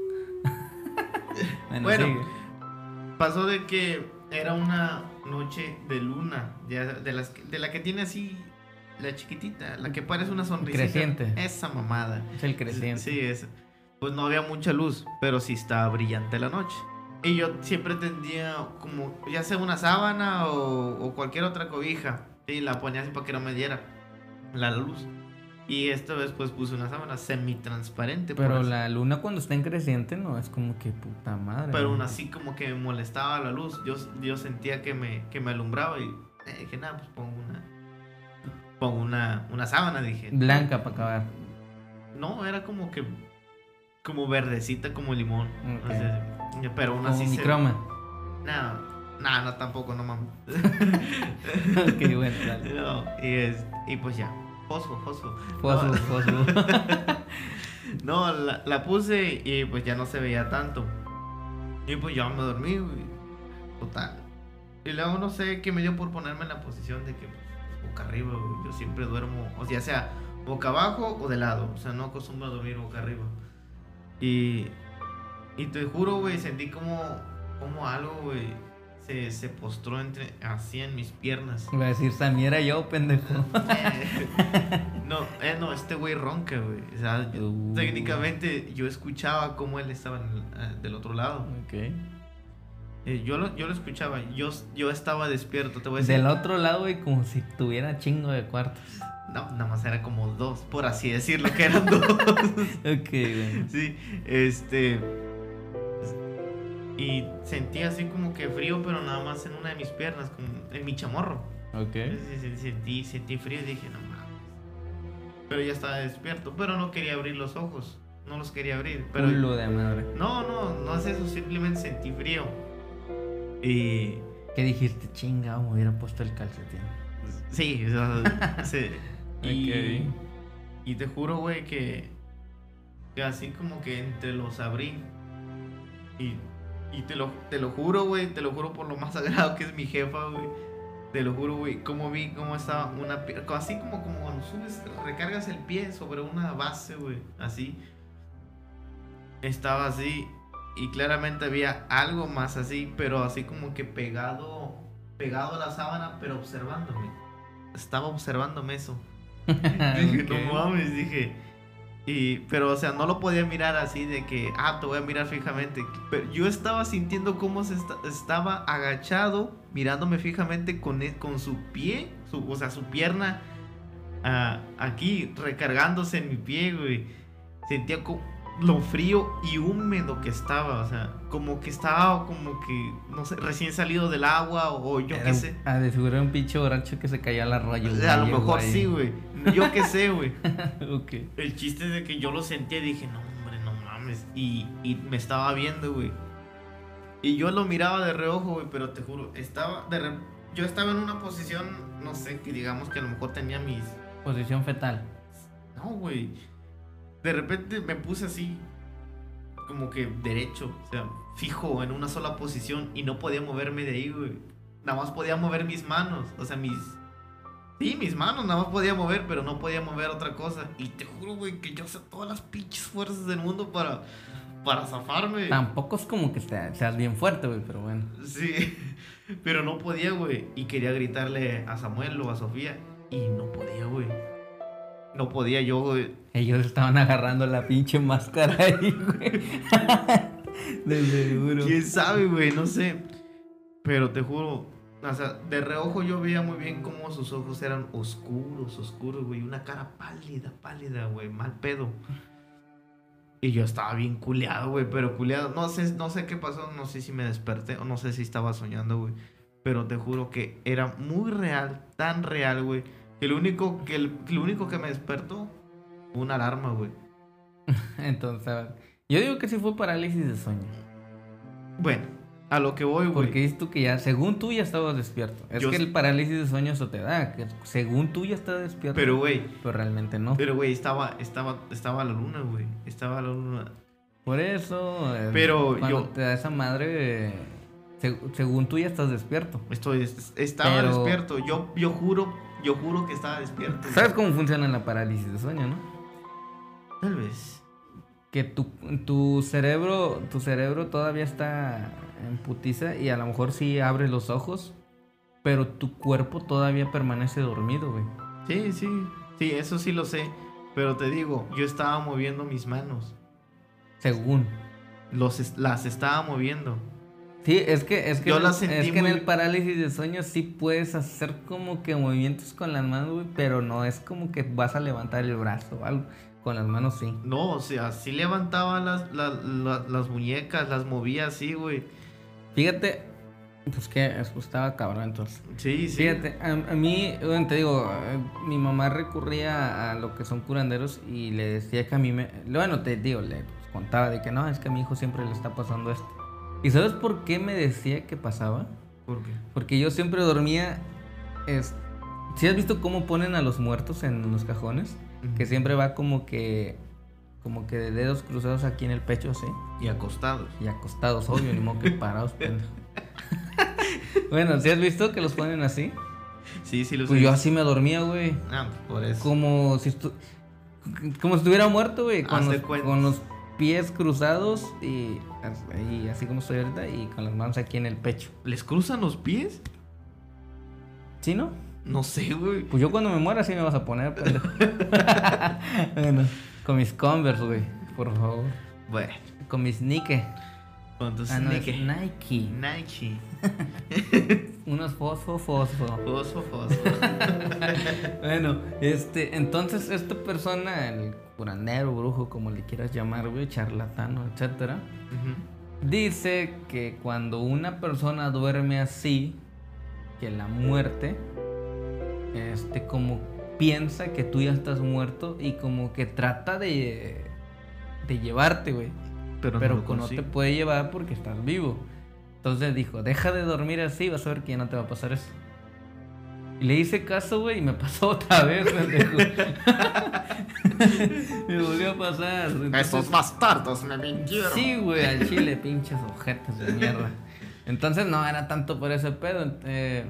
Bueno, bueno sigue. Pasó de que era una noche de luna, ya de, las, de la que tiene así la chiquitita, la que parece una sonrisa. Creciente. Esa mamada. Es el creciente. Sí, es. Pues no había mucha luz, pero sí estaba brillante la noche. Y yo siempre tendía como, ya sea una sábana o, o cualquier otra cobija, y la ponía así para que no me diera la luz. Y esta vez pues puse una sábana semi-transparente. Pero la luna cuando está en creciente no es como que puta madre. Pero ¿no? aún así como que me molestaba la luz. Yo, yo sentía que me, que me alumbraba y eh, dije, nada, pues pongo una pongo una, una sábana, dije. Blanca para acabar. No, era como que como verdecita como limón. Okay. O sea, pero aún así como mi se... croma. No, no, no, tampoco, no mames. Ok, bueno, dale. No, y, es, y pues ya. Fosfo, fosfo. Fosfo, no, fosfo. No, la, la puse y pues ya no se veía tanto. Y pues ya me dormí, güey. Total. Y luego no sé qué me dio por ponerme en la posición de que pues, boca arriba, güey. Yo siempre duermo, o sea, sea boca abajo o de lado. O sea, no acostumbro a dormir boca arriba. Y, y te juro, güey, sentí como, como algo, güey. Se, se postró entre, así en mis piernas. Iba a decir, Sammy era yo, pendejo. No, eh, no, este güey ronca, güey. O sea, yo, Uh. técnicamente yo escuchaba cómo él estaba en el, uh, del otro lado. Ok. Eh, yo, lo, yo lo escuchaba, yo, yo estaba despierto, te voy a decir. Del otro lado, güey, como si tuviera chingo de cuartos. No, nada más era como dos, por así decirlo, que eran dos. Ok, güey. Sí, este... Y sentí así como que frío, pero nada más en una de mis piernas, como en mi chamorro. Ok. Sí, sí, sentí, sentí frío y dije, no mames. Pero ya estaba despierto, pero no quería abrir los ojos. No los quería abrir. Pero... Culo de madre. No, no, no es eso, simplemente sentí frío. Y... ¿Qué dijiste? Chinga, me hubiera puesto el calcetín. Sí, o sea, sí. Y, Ok. y te juro, güey, que, que así como que entre los abrí. Y, y te, lo, te lo juro, güey, te lo juro por lo más sagrado que es mi jefa, güey. Te lo juro, güey, como vi cómo estaba una pie- así como, como cuando subes, recargas el pie sobre una base, güey, así. Estaba así y claramente había algo más así, pero así como que pegado, pegado a la sábana, pero observándome. Estaba observándome eso. Dije, Ok. no mames, dije. Y, pero, o sea, no lo podía mirar así de que, ah, te voy a mirar fijamente. Pero yo estaba sintiendo cómo se esta- estaba agachado, mirándome fijamente con, e- con su pie, su, o sea, su pierna ah, aquí, recargándose en mi pie, güey. Sentía co- lo frío y húmedo que estaba, o sea, como que estaba como que, no sé, recién salido del agua o, o yo Era qué un- sé. Ah, de seguro era un pinche borracho que se cayó al arroyo. A lo güey, mejor güey. sí, güey. Yo qué sé, güey. Ok. El chiste es de que yo lo sentía y dije, no, hombre, no mames. Y, y me estaba viendo, güey. Y yo lo miraba de reojo, güey, pero te juro, estaba de re- yo estaba en una posición, no sé, que digamos que a lo mejor tenía mis... Posición fetal. No, güey. De repente me puse así, como que derecho, o sea, fijo en una sola posición y no podía moverme de ahí, güey. Nada más podía mover mis manos, o sea, mis... Sí, mis manos nada más podía mover, pero no podía mover otra cosa. Y te juro, güey, que yo sé todas las pinches fuerzas del mundo para, para zafarme. Tampoco es como que sea- seas bien fuerte, güey, pero bueno. Sí, pero no podía, güey. Y quería gritarle a Samuel o a Sofía. Y no podía, güey. No podía yo, güey. Ellos estaban agarrando la pinche máscara ahí, güey. De seguro. ¿Quién sabe, güey? No sé. Pero te juro, o sea, de reojo yo veía muy bien cómo sus ojos eran oscuros, oscuros, güey. Una cara pálida, pálida, güey. Mal pedo. Y yo estaba bien culeado, güey. Pero culeado. No sé, no sé qué pasó. No sé si me desperté o no sé si estaba soñando, güey. Pero te juro que era muy real, tan real, güey. Que lo único que, el, lo único que me despertó fue una alarma, güey. Entonces, a ver, yo digo que sí fue parálisis de sueño. Bueno, a lo que voy, güey. Porque dices tú que ya, según tú ya estabas despierto. Es Yo que s- el parálisis de sueño eso te da, que según tú ya estabas despierto. Pero, güey, Pero realmente no. pero, güey, estaba, estaba, estaba la luna, güey. Estaba la luna. Por eso, eh, Pero cuando yo- te da esa madre, eh, se- según tú ya estás despierto. Estoy, estaba Pero- despierto. Yo, yo juro, yo juro que estaba despierto. ¿Sabes cómo funciona la parálisis de sueño, no? Tal vez. Que tu, tu cerebro, tu cerebro todavía está en putiza y a lo mejor sí abres los ojos, pero tu cuerpo todavía permanece dormido, güey. Sí, sí. Sí, eso sí lo sé. Pero te digo, yo estaba moviendo mis manos. Según. Los, es- las estaba moviendo. Sí, es que, es que, Yo en, la el- sentí es que en muy- el parálisis de sueño sí puedes hacer como que movimientos con las manos, güey, pero no es como que vas a levantar el brazo o algo. Con las manos sí. No, o sea, sí levantaba las, la- la- las muñecas, las movía así, güey. Fíjate, pues que eso estaba cabrón entonces. Sí, sí. Fíjate, a, a mí, bueno, te digo, eh, mi mamá recurría a lo que son curanderos y le decía que a mí me... Bueno, te digo, le pues, contaba de que no, es que a mi hijo siempre le está pasando esto. ¿Y sabes por qué me decía que pasaba? ¿Por qué? Porque yo siempre dormía... Es... ¿Sí has visto cómo ponen a los muertos en los cajones? Ujú. Que siempre va como que... Como que de dedos cruzados aquí en el pecho, así. Y acostados. Y acostados, obvio, ni modo que parados, pendejo. Bueno, ¿sí has visto que los ponen así? Sí, sí, lo Pues sé. yo así me dormía, güey. Ah, por eso. Como si estu- como si estuviera muerto, güey. Con, Hazte los- cuenta. con los pies cruzados y, y así como estoy ahorita y con las manos aquí en el pecho. ¿Les cruzan los pies? ¿Sí, no? No sé, güey. Pues yo cuando me muera así me vas a poner, pendejo. Bueno, con mis Converse, güey. Por favor. Bueno, Con mis Nike. con tus Ah, no, es Nike. Nike. Nike. Unos fosfo, fosfo. Fosfo, fosfo. Bueno, este, entonces esta persona, el curandero, brujo, como le quieras llamar, güey, charlatano, etcétera, Ujú. dice que cuando una persona duerme así, que la muerte, este, como piensa que tú ya estás muerto y como que trata de, de llevarte, güey, Pero, pero no, lo que no te consigo. puede llevar porque estás vivo. Entonces dijo, deja de dormir así, vas a ver que ya no te va a pasar eso. Y le hice caso, güey, y me pasó otra vez, pendejo. Me volvió a pasar. Entonces- Esos bastardos me mintieron. Sí, güey, al chile, pinches ojetes de mierda. Entonces no era tanto por ese pedo. eh.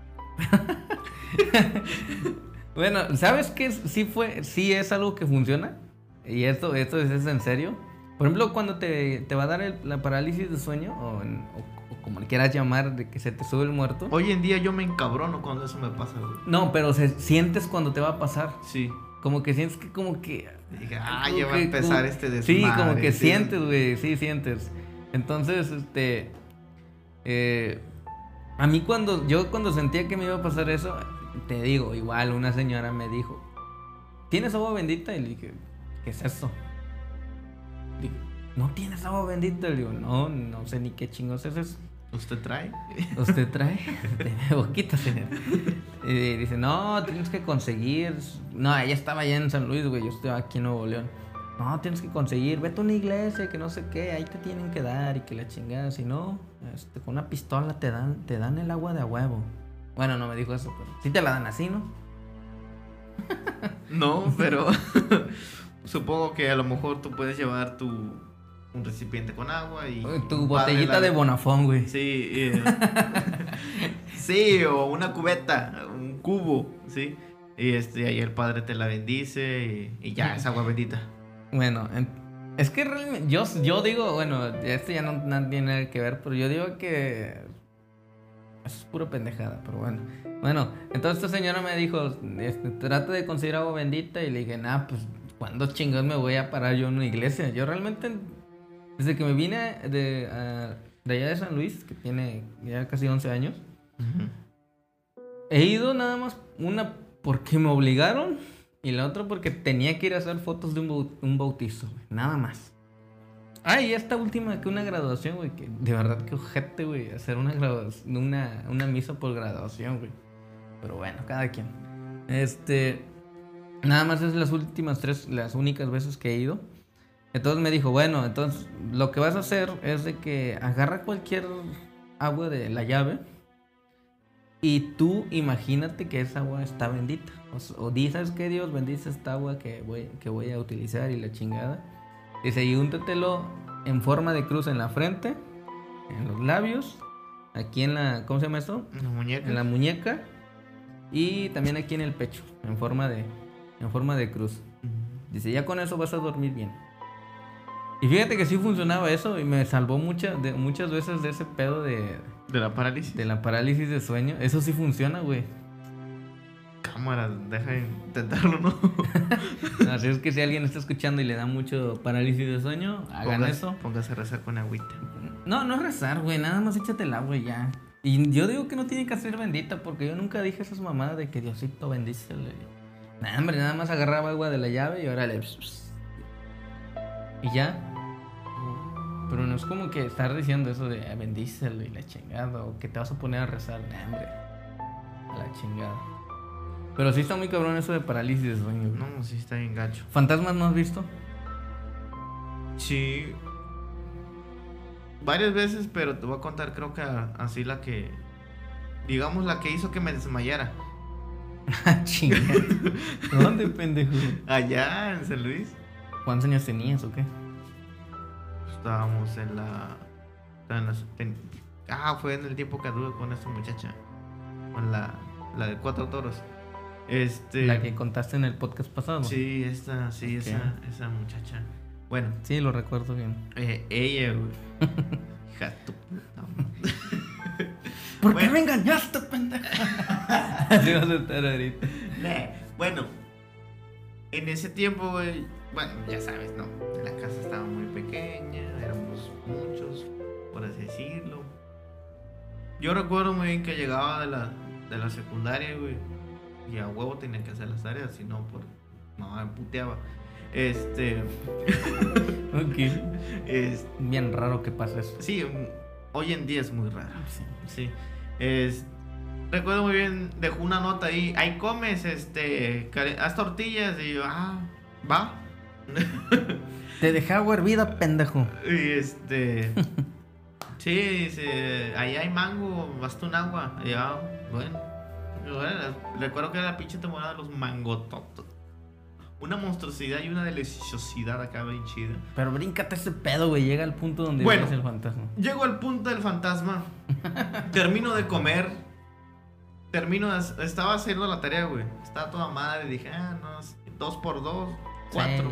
Bueno, ¿sabes qué? Sí fue, sí es algo que funciona. Y esto, esto es, es en serio. Por ejemplo, cuando te, te va a dar el- la parálisis de sueño, o, en- o- o como le quieras llamar, de que se te sube el muerto. Hoy en día yo me encabrono cuando eso me pasa, güey. No, pero se, sientes cuando te va a pasar. Sí. Como que sientes que como que... Dije, ah, como ya va a que- empezar como- este desmadre. Sí, como que sí. sientes, güey, sí sientes. Entonces, este... eh, a mí cuando... Yo cuando sentía que me iba a pasar eso, te digo, igual una señora me dijo, ¿tienes agua bendita? Y le dije, ¿qué es eso? Dije, ¿no tienes agua bendita? Le digo, no, no sé ni qué chingos es eso. ¿Usted trae? ¿Usted trae? De boquita, señor. Y dice, no, tienes que conseguir. No, ella estaba allá en San Luis, güey. Yo estoy aquí en Nuevo León. No, tienes que conseguir. Vete a una iglesia, que no sé qué. Ahí te tienen que dar y que la chingada. Si no, este, con una pistola te dan, te dan el agua de a huevo. Bueno, no me dijo eso, pero sí te la dan así, ¿no? No, pero supongo que a lo mejor tú puedes llevar tu un recipiente con agua y Tu un par botellita la- de Bonafón, güey. Sí, eh, sí, o una cubeta, un cubo, sí. Y este ahí el padre te la bendice y, y ya es agua bendita. Bueno, en- es que realmente, yo, yo digo, bueno, esto ya no, no tiene nada que ver, pero yo digo que eso es pura pendejada, pero bueno. Bueno, entonces esta señora me dijo, este, trata de conseguir agua bendita y le dije, nah, pues, ¿cuándo chingados me voy a parar yo en una iglesia? Yo realmente, desde que me vine de, a- de allá de San Luis, que tiene ya casi once años, he ido nada más una porque me obligaron y la otra porque tenía que ir a hacer fotos de un, bau- un bautizo, güey, nada más. Ah, y esta última que una graduación, güey, que de verdad que ojete, güey, hacer una graduación, una, una misa por graduación, güey. Pero bueno, cada quien. Este, nada más es las últimas tres, las únicas veces que he ido. Entonces me dijo, bueno, entonces lo que vas a hacer es de que agarra cualquier agua de la llave y tú imagínate que esa agua está bendita. O, s- o di, ¿sabes qué? Dios bendice esta agua que voy, que voy a utilizar y la chingada. Dice, y úntatelo en forma de cruz en la frente, en los labios, aquí en la, ¿cómo se llama esto? En la muñeca. En la muñeca y también aquí en el pecho, en forma de, en forma de cruz. Dice, ya con eso vas a dormir bien. Y fíjate que sí funcionaba eso y me salvó mucha, de, muchas veces de ese pedo de... ¿De la parálisis? De la parálisis de sueño. Eso sí funciona, güey. Cámara, deja de intentarlo, ¿no? Así es que si alguien está escuchando y le da mucho parálisis de sueño, hagan Póngase- eso. Póngase a rezar con agüita. No, no es rezar, güey. Nada más échate el agua y ya. Y yo digo que no tiene que ser bendita porque yo nunca dije esas mamadas de que Diosito bendícele. Nah, hombre, nada más agarraba agua de la llave y órale. Pss, pss. Y ya. Pero no es como que estar diciendo eso de "Ah, bendícelo y la chingada o que te vas a poner a rezar. Nah, hombre. A la chingada. Pero sí está muy cabrón eso de parálisis de sueño, güey. No, sí está bien gacho. ¿Fantasmas no has visto? Sí. Varias veces, pero te voy a contar, creo que a- así la que... Digamos la que hizo que me desmayara. Ah, chingada. ¿Dónde, pendejo? Allá en San Luis. ¿Cuántos años tenías o qué? Estábamos en la... estaba en la- ten- ah, fue en el tiempo que anduve con esta muchacha. Con la, la de Cuatro Toros. Este... La que contaste en el podcast pasado. Sí, esta, sí, Ok. esa, esa muchacha. Bueno, Sí, lo recuerdo bien. eh, ella, güey. Hija de tu puta madre. ¿Por Bueno. qué me engañaste, pendeja? Así vas a estar ahorita. Nah, Bueno, en ese tiempo, güey, bueno, ya sabes, ¿no? La casa estaba muy pequeña, éramos muchos, por así decirlo. Yo recuerdo muy bien que llegaba de la, de la secundaria, güey, y a huevo tenía que hacer las tareas, si no, por mamá me puteaba. Este, Ok. es, Bien raro que pase eso. sí, mm, hoy en día es muy raro. Sí. Sí. Es, recuerdo muy bien, dejó una nota ahí. Ahí comes, este, care- haz tortillas. Y yo, ah, va. Te dejé agua hervida, pendejo. Y este, sí, dice, ahí hay mango, basta un agua. Y yo, ah, bueno. Y bueno, recuerdo que era la pinche temporada de los mangototos. Una monstruosidad y una deliciosidad acá bien chida. Pero bríncate ese pedo, güey. Llega al punto donde Bueno. ves el fantasma. Llego al punto del fantasma. Termino de comer. Termino de... Estaba haciendo la tarea, güey. Estaba toda madre. Dije, ah, no, dos por dos, cuatro.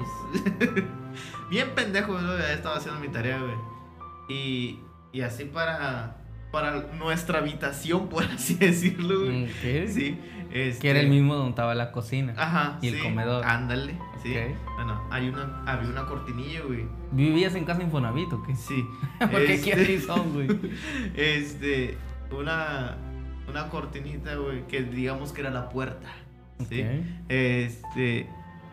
Bien pendejo, güey. Ya estaba haciendo mi tarea, güey. Y, y así para... Para nuestra habitación, por así decirlo, güey. Ok. Sí. Este... Que era el mismo donde estaba la cocina. Ajá. Y el sí, comedor. Ándale. Sí. Ok. Bueno, hay una, había una cortinilla, güey. ¿Vivías en casa Infonavit o qué? Sí. Porque aquí Este- así son, güey. Este, una, una cortinita, güey, que digamos que era la puerta. ¿Sí? Ok. Este,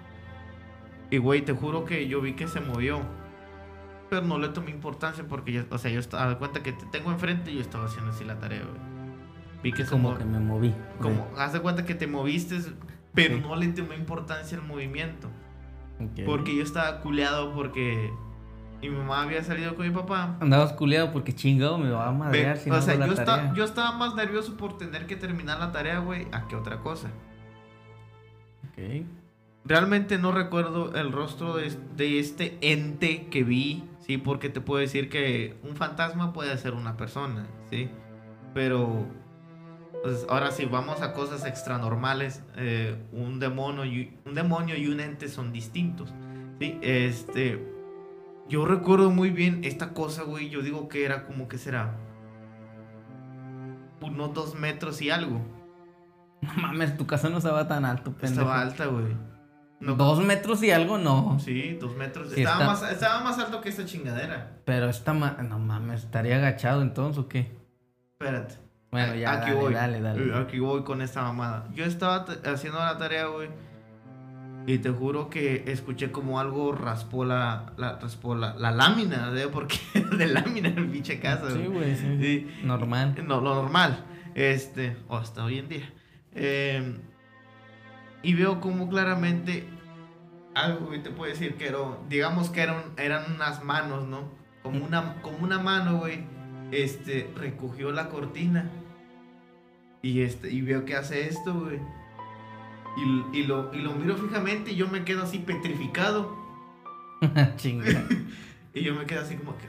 y güey, te juro que yo vi que se movió. Pero no le tomé importancia porque yo, o sea, yo estaba de cuenta que te tengo enfrente y yo estaba haciendo así la tarea, güey. Vi que se Como movió. que me moví. Como, haz de cuenta que te moviste, pero Sí. no le tomé importancia al movimiento. Ok. Porque yo estaba culeado porque mi mamá había salido con mi papá. Andabas culeado porque chingado me va a madrear Ve, si o no sea, hago la yo, tarea. esta- yo estaba más nervioso por tener que terminar la tarea, güey, a que otra cosa. Ok. Realmente no recuerdo el rostro de, de este ente que vi, sí, porque te puedo decir que un fantasma puede ser una persona, sí, pero pues, ahora sí vamos a cosas extranormales, eh, un demonio y un demonio y un ente son distintos, sí, este, yo recuerdo muy bien esta cosa, güey, yo digo que era como que será unos dos metros y algo, No mames, tu casa no estaba tan alto, pendejo. estaba alta, güey. No, Dos metros y algo, no. sí, dos metros. Sí, estaba, está- más, estaba más alto que esta chingadera. Pero esta ma... No mames, ¿estaría agachado entonces o qué? Espérate. Bueno, ya, aquí dale, voy. dale, dale. Eh, Aquí voy con esta mamada. Yo estaba t- haciendo la tarea, güey. Y te juro que escuché como algo raspó la, la, raspó la, la lámina, ¿eh? Porque de lámina en el pinche casa. Sí, güey, sí. Sí. Normal. No, lo normal. Este, o hasta hoy en día. Eh, y veo como claramente algo que te puedo decir que era, digamos que eran, eran unas manos, ¿no? Como una, como una mano, güey. Este, recogió la cortina. Y este, y veo que hace esto, güey. Y, y, lo, y lo miro fijamente y yo me quedo así petrificado. Chinga. Y yo me quedé así como que...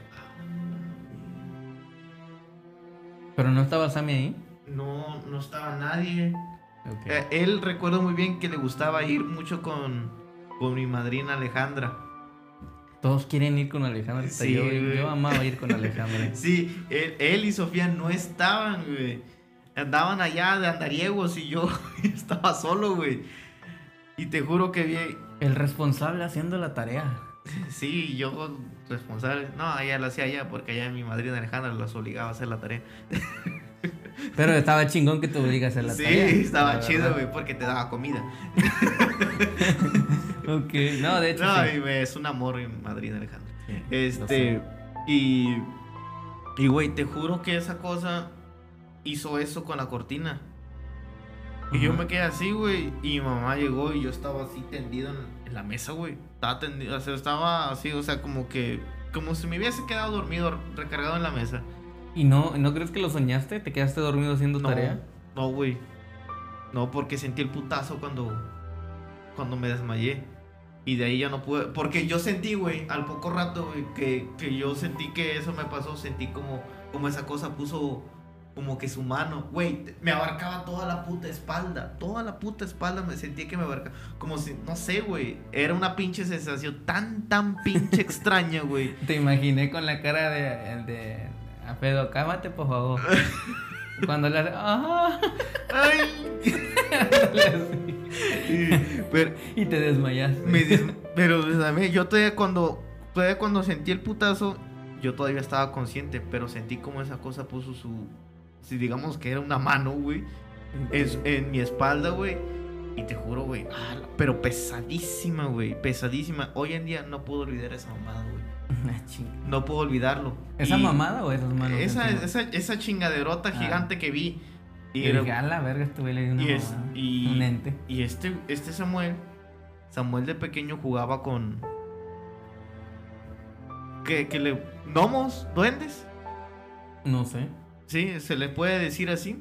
¿Pero no estaba Sammy ahí? No, no estaba nadie. Okay. Eh, él recuerdo muy bien que le gustaba ir mucho con, con mi madrina Alejandra. Todos quieren ir con Alejandra. Sí, yo, güey. yo amaba ir con Alejandra. Sí, él, él y Sofía no estaban, güey. Andaban allá de andariegos y yo estaba solo, güey. Y te juro que vi... El responsable haciendo la tarea. Sí, yo responsable. No, ella lo hacía allá porque allá mi madrina Alejandra los obligaba a hacer la tarea. Pero estaba chingón que te obliga a hacer la Sí, tarea. estaba la chido, verdad. güey, porque te daba comida. Ok, no, de hecho No, sí. y me- es un amor mi madrina Alejandra. Sí, lo Este, sé. y, y güey, te juro que esa cosa hizo eso con la cortina. Y yo Ajá. me quedé así, güey, y mi mamá llegó y yo estaba así tendido en, en la mesa, güey. Estaba tendido, o sea, estaba así, o sea, como que, como si me hubiese quedado dormido, recargado en la mesa. ¿Y no, no crees que lo soñaste? ¿Te quedaste dormido haciendo No, tarea? no, güey. No, porque sentí el putazo cuando, cuando me desmayé. Y de ahí ya no pude. Porque yo sentí, güey, al poco rato, güey, que, que yo sentí que eso me pasó. Sentí como, como esa cosa puso como que su mano, güey, me abarcaba toda la puta espalda. Toda la puta espalda me sentí que me abarcaba. Como si, no sé, güey. Era una pinche sensación tan, tan pinche extraña, güey. Te imaginé con la cara de, de a Pedro, cámate por favor. Cuando le hace, ¡ah! Ay. Y, pero, Y te desmayaste. Me des- pero ¿sabes? Yo todavía cuando todavía cuando sentí el putazo, yo todavía estaba consciente, pero sentí como esa cosa puso su, si digamos que era una mano, güey, en, en mi espalda, güey. Y te juro, güey, ah, pero pesadísima, güey, pesadísima. Hoy en día no puedo olvidar esa mamada, güey. Ah, chinga. No puedo olvidarlo. ¿Esa Y mamada o esas manos? Esa, encima? esa, esa chingaderota Ah. gigante que vi. Y era- dije, a la verga, este güey le dio una y, es- mamada. y- Un ente. y este, este Samuel, Samuel de pequeño jugaba con... Que, que le... ¿Gnomos? ¿Duendes? No sé. Sí, se le puede decir así.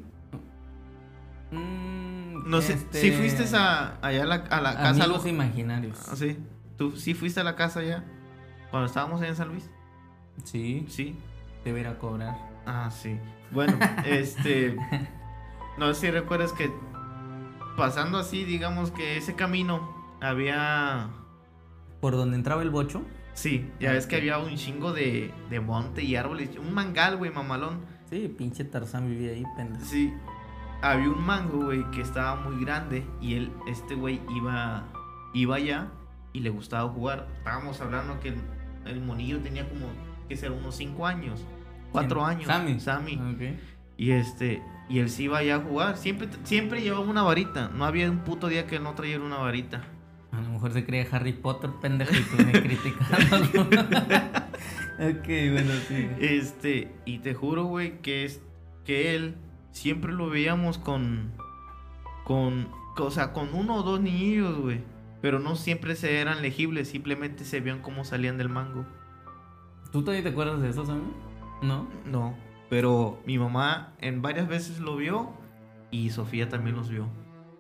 Mm, No sé, este, si fuiste a, allá a la, a la casa... Amigos Lu- imaginarios. Ah, sí. ¿Tú sí fuiste a la casa allá? Cuando estábamos allá en San Luis. Sí, Sí. te voy a ir a cobrar. Ah, sí. Bueno, este... No sé si recuerdas que pasando así, digamos que ese camino había... ¿Por donde entraba el bocho? Sí, ya Ah, ves que ok. había un chingo de, de monte y árboles. Un mangal, güey, mamalón. Sí, pinche Tarzán vivía ahí, pendejo. Sí. Había un mango, güey, que estaba muy grande. Y él, este güey, iba, iba allá y le gustaba jugar. Estábamos hablando que el, el monillo tenía como, que ser unos cinco años. Cuatro ¿Quién? años. Sammy. Sammy. Ok. Y este, y él sí iba allá a jugar. Siempre, siempre llevaba una varita. No había un puto día que él no trajera una varita. A lo mejor se creía Harry Potter, pendejo, y tú me criticando. Ok, bueno, sí. Este, y te juro, güey, que es que él siempre lo veíamos con con o sea, con uno o dos niños, güey, pero no siempre se eran legibles, simplemente se veían cómo salían del mango. ¿Tú todavía te acuerdas de eso, Sammy? ¿No? No, pero mi mamá en varias veces lo vio y Sofía también los vio.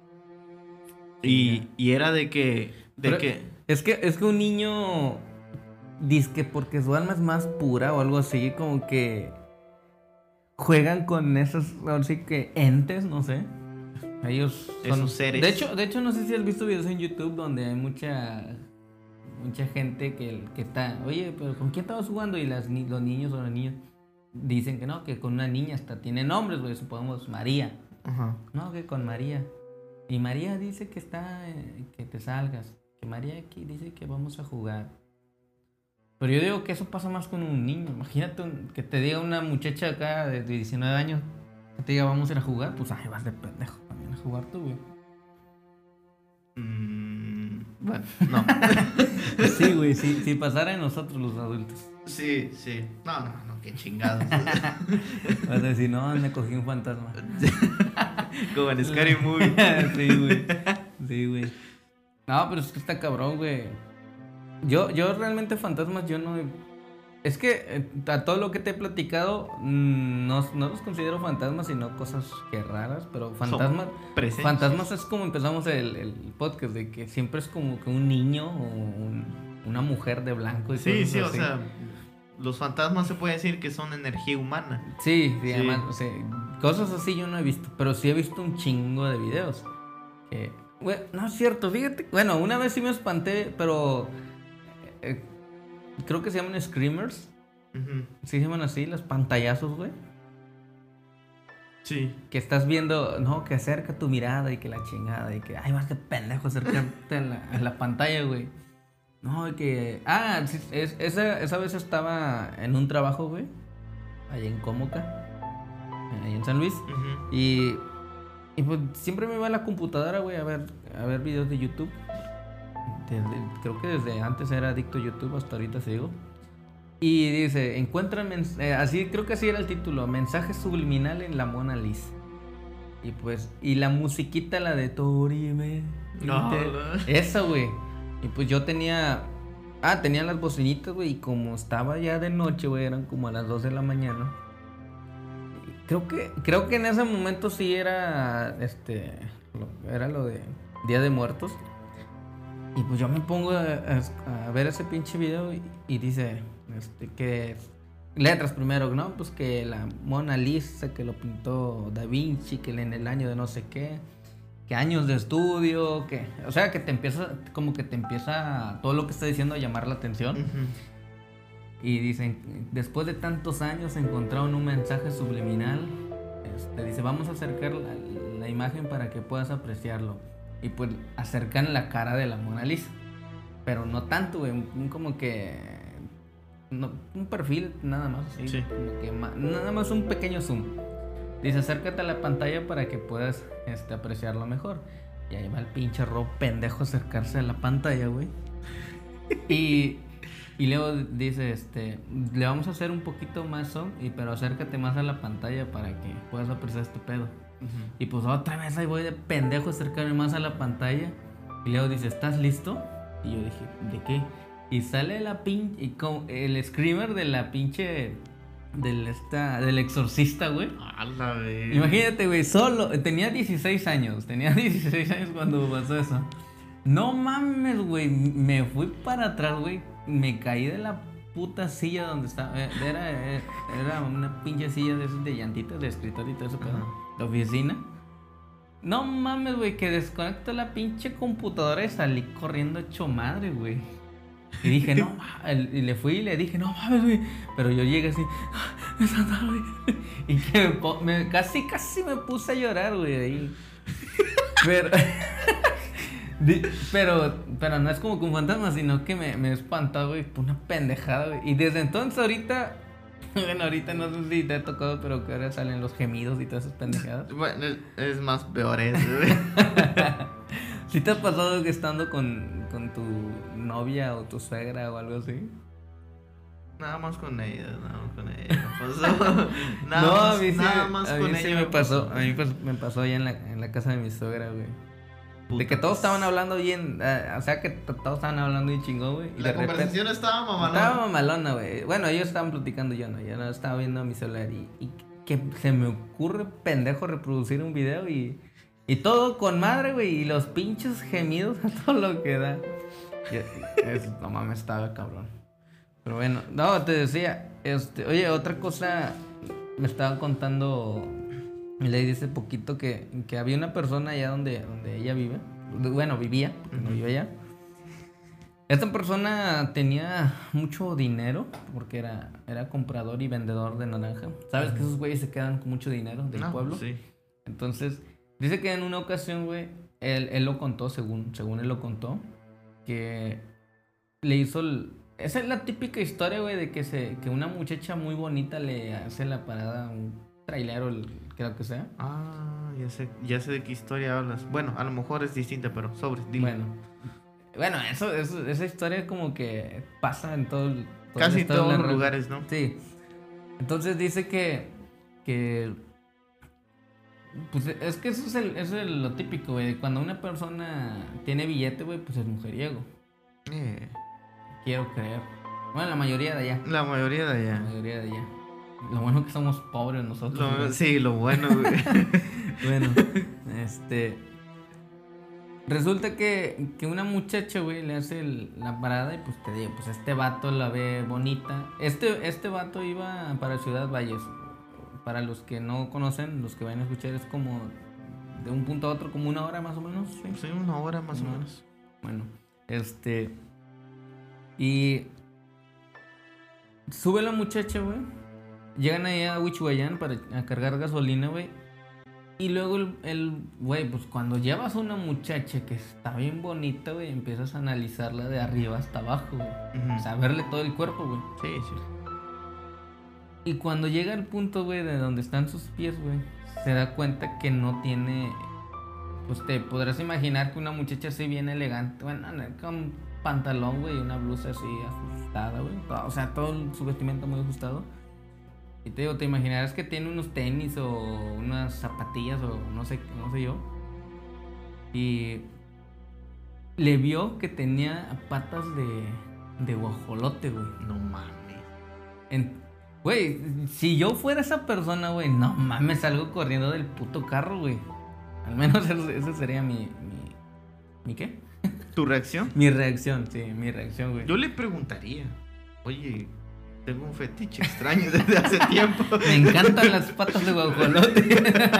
Y, y era de que de Pero- que Es que, es que un niño dice que porque su alma es más pura o algo así, como que juegan con esos, así que entes, no sé. Ellos son Esos seres. De hecho, de hecho no sé si has visto videos en YouTube donde hay mucha mucha gente que, que está, oye, pero ¿con quién estabas jugando? Y las, ni- los niños o las niñas dicen que no, que con una niña hasta tiene nombres, güey, supongamos María. ajá. No, que con María. Y María dice que está, eh, que te salgas. Que María aquí dice que vamos a jugar. Pero yo digo que eso pasa más con un niño. Imagínate un- que te diga una muchacha acá de diecinueve años, que te diga vamos a ir a jugar, pues ay, vas de pendejo también a jugar tú, güey. Mm, bueno, no. Sí, güey, sí, si pasara en nosotros los adultos. Sí, sí. No, no, no, qué chingados. Vas a decir, no, me cogí un fantasma. Como en Scary Movie. Sí, güey. Sí, güey. No, pero es que está cabrón, güey. Yo, yo realmente fantasmas, yo no... Es que eh, a todo lo que te he platicado, mm, no, no los considero fantasmas, sino cosas que raras, pero fantasmas... Presencias. Fantasmas es como empezamos el, el podcast, de que siempre es como que un niño o un- una mujer de blanco y Sí, cosas sí, o así. sea, los fantasmas se puede decir que son energía humana. Sí, sí, Sí. además, o sea, cosas así yo no he visto, pero sí he visto un chingo de videos. Que, güey, no es cierto, fíjate. Bueno, una vez sí me espanté, pero eh, creo que se llaman screamers. Ujú. Sí se llaman así, los pantallazos, güey. Sí. Que estás viendo, no, que acerca tu mirada y que la chingada y que, ay, vas de pendejo acercarte a la, a la pantalla, güey. No, y que, ah, sí, es- esa, esa vez estaba en un trabajo, güey, allá en Cómoca, ahí en San Luis, Ujú. y, y pues siempre me iba a la computadora, güey, a ver, a ver videos de YouTube. Desde- creo que desde antes era adicto a YouTube, hasta ahorita sigo. Y dice, encuentran, mens- eh, así creo que así era el título, mensaje subliminal en la Mona Lisa. Y pues, y la musiquita, la de Torime. No, Te- no. Esa, güey. Y pues yo tenía, ah, tenía las bocinitas, güey, y como estaba ya de noche, güey, eran como a las dos de la mañana. Creo que, creo que en ese momento sí era, este, lo- era lo de Día de Muertos. Y pues yo me pongo a, a- a ver ese pinche video y, y dice, este, que letras primero, ¿no? Pues que la Mona Lisa, que lo pintó Da Vinci, que en el año de no sé qué, que años de estudio, que, o sea, que te empieza, como que te empieza todo lo que está diciendo a llamar la atención. Ujú. Y dicen, después de tantos años encontraron un mensaje subliminal. Este, dice, vamos a acercar la, la imagen para que puedas apreciarlo. Y pues acercan la cara de la Mona Lisa. Pero no tanto, güey. Un, como que... no, un perfil nada más. ¿Sí? Sí. Como que ma- nada más un pequeño zoom. Dice, acércate a la pantalla para que puedas este, apreciarlo mejor. Y ahí va el pinche Rob pendejo a acercarse a la pantalla, güey. Y... Y luego dice, este, le vamos a hacer un poquito más zoom, y, pero acércate más a la pantalla para que puedas apreciar este pedo. Ujú. Y pues otra vez ahí voy de pendejo a acercarme más a la pantalla. Y luego dice, ¿estás listo? Y yo dije, ¿de qué? Y sale la pinche, y con el screamer de la pinche, del, esta, del exorcista, güey. A la vez. Imagínate, güey, solo, tenía dieciséis años, tenía dieciséis años cuando pasó eso. No mames, güey, me fui para atrás, güey, me caí de la puta silla donde estaba, eh, era, eh, era una pinche silla de esas de llantitas, de escritorio y todo eso, Ajá. pedo, de oficina. No mames, güey, que desconecto la pinche computadora y salí corriendo hecho madre, güey. Y dije, no, ma- el- y le fui y le dije, no mames, güey. Pero yo llegué así, "Ah, es Santa, güey". Y que me, po- me- casi, casi me puse a llorar, güey, ahí. Pero, di- pero, pero no es como que un fantasma, sino que me, me espantó, güey, por una pendejada, güey. Y desde entonces, ahorita, bueno, ahorita no sé si te ha tocado, pero que ahora salen los gemidos y todas esas pendejadas. Bueno, es- es más peor eso, güey. ¿Sí te ha pasado que estando con, con tu novia o tu suegra o algo así? Nada más con ella, nada más con ella. Me pasó. Nada No, más, a mí sí, nada me- más a con mí ella. sí me pasó. A mí pues, me pasó allá en la, en la casa de mi suegra, güey. De que todos estaban hablando bien, eh, o sea que t- todos estaban hablando bien chingón, güey. Y La de repente conversación estaba mamalona. estaba mamalona, güey. Bueno, ellos estaban platicando, yo no, yo no estaba viendo mi celular y, y que se me ocurre pendejo reproducir un video y, y todo con madre, güey. Y los pinches gemidos a todo lo que da. Y- es, no mames, estaba cabrón. Pero bueno, no, te decía, este, oye, otra cosa me estaba contando Lady hace poquito que, que había una persona allá donde, donde ella vive. Bueno, vivía, porque no Ujú. vive allá. Esta persona tenía mucho dinero porque era, era comprador y vendedor de naranja. ¿Sabes que esos güeyes se quedan con mucho dinero del No, pueblo? Sí. Entonces, dice que en una ocasión, güey, él, él lo contó, según, según él lo contó, que le hizo el... Esa es la típica historia, güey, de que, se, que una muchacha muy bonita le hace la parada a un trailero, el- creo que sea. Ah, ya sé, ya sé de qué historia hablas. Bueno, a lo mejor es distinta, pero sobre. Dile. Bueno, bueno eso, eso, esa historia como que pasa en todo el... todo Casi el en estado de todos la los Re- lugares, ¿no? Sí. Entonces dice que... que pues es que eso es, el, eso es lo típico, güey. Cuando una persona tiene billete, güey, pues es mujeriego. Eh, Quiero creer. Bueno, la mayoría de allá. la mayoría de La allá. mayoría de allá. Lo bueno que somos pobres nosotros. Lo- güey. sí, lo bueno, güey. Bueno, este... Resulta que, que una muchacha, güey, le hace el- la parada y pues te digo, pues este vato la ve bonita. Este, este vato iba para Ciudad Valles. Para los que no conocen, los que vayan a escuchar, es como de un punto a otro, como una hora más o menos. ¿Sí? Sí, una hora más Una o hora. menos. Bueno, este... Y sube la muchacha, güey. Llegan ahí a Huichuayán para a cargar gasolina, güey. Y luego el, el, güey, pues cuando llevas a una muchacha que está bien bonita, güey, empiezas a analizarla de arriba hasta abajo, güey. Ujú. O sea, verle todo el cuerpo, güey. Sí, sí. Y cuando llega al punto, güey, de donde están sus pies, güey, se da cuenta que no tiene... Pues te podrás imaginar que una muchacha así bien elegante, bueno, con pantalón, güey, y una blusa así ajustada, güey. todo- O sea, todo el- su vestimenta muy ajustado. Y te digo, te imaginarás que tiene unos tenis o unas zapatillas o no sé, no sé yo. Y le vio que tenía patas de, de guajolote, güey. No mames. En- Güey, si yo fuera esa persona, güey, no mames, salgo corriendo del puto carro, güey. Al menos eso, eso sería mi, mi... ¿Mi qué? ¿Tu reacción? Mi reacción, sí, mi reacción, güey. Yo le preguntaría, oye, tengo un fetiche extraño desde hace tiempo. Me encantan las patas de guajolote.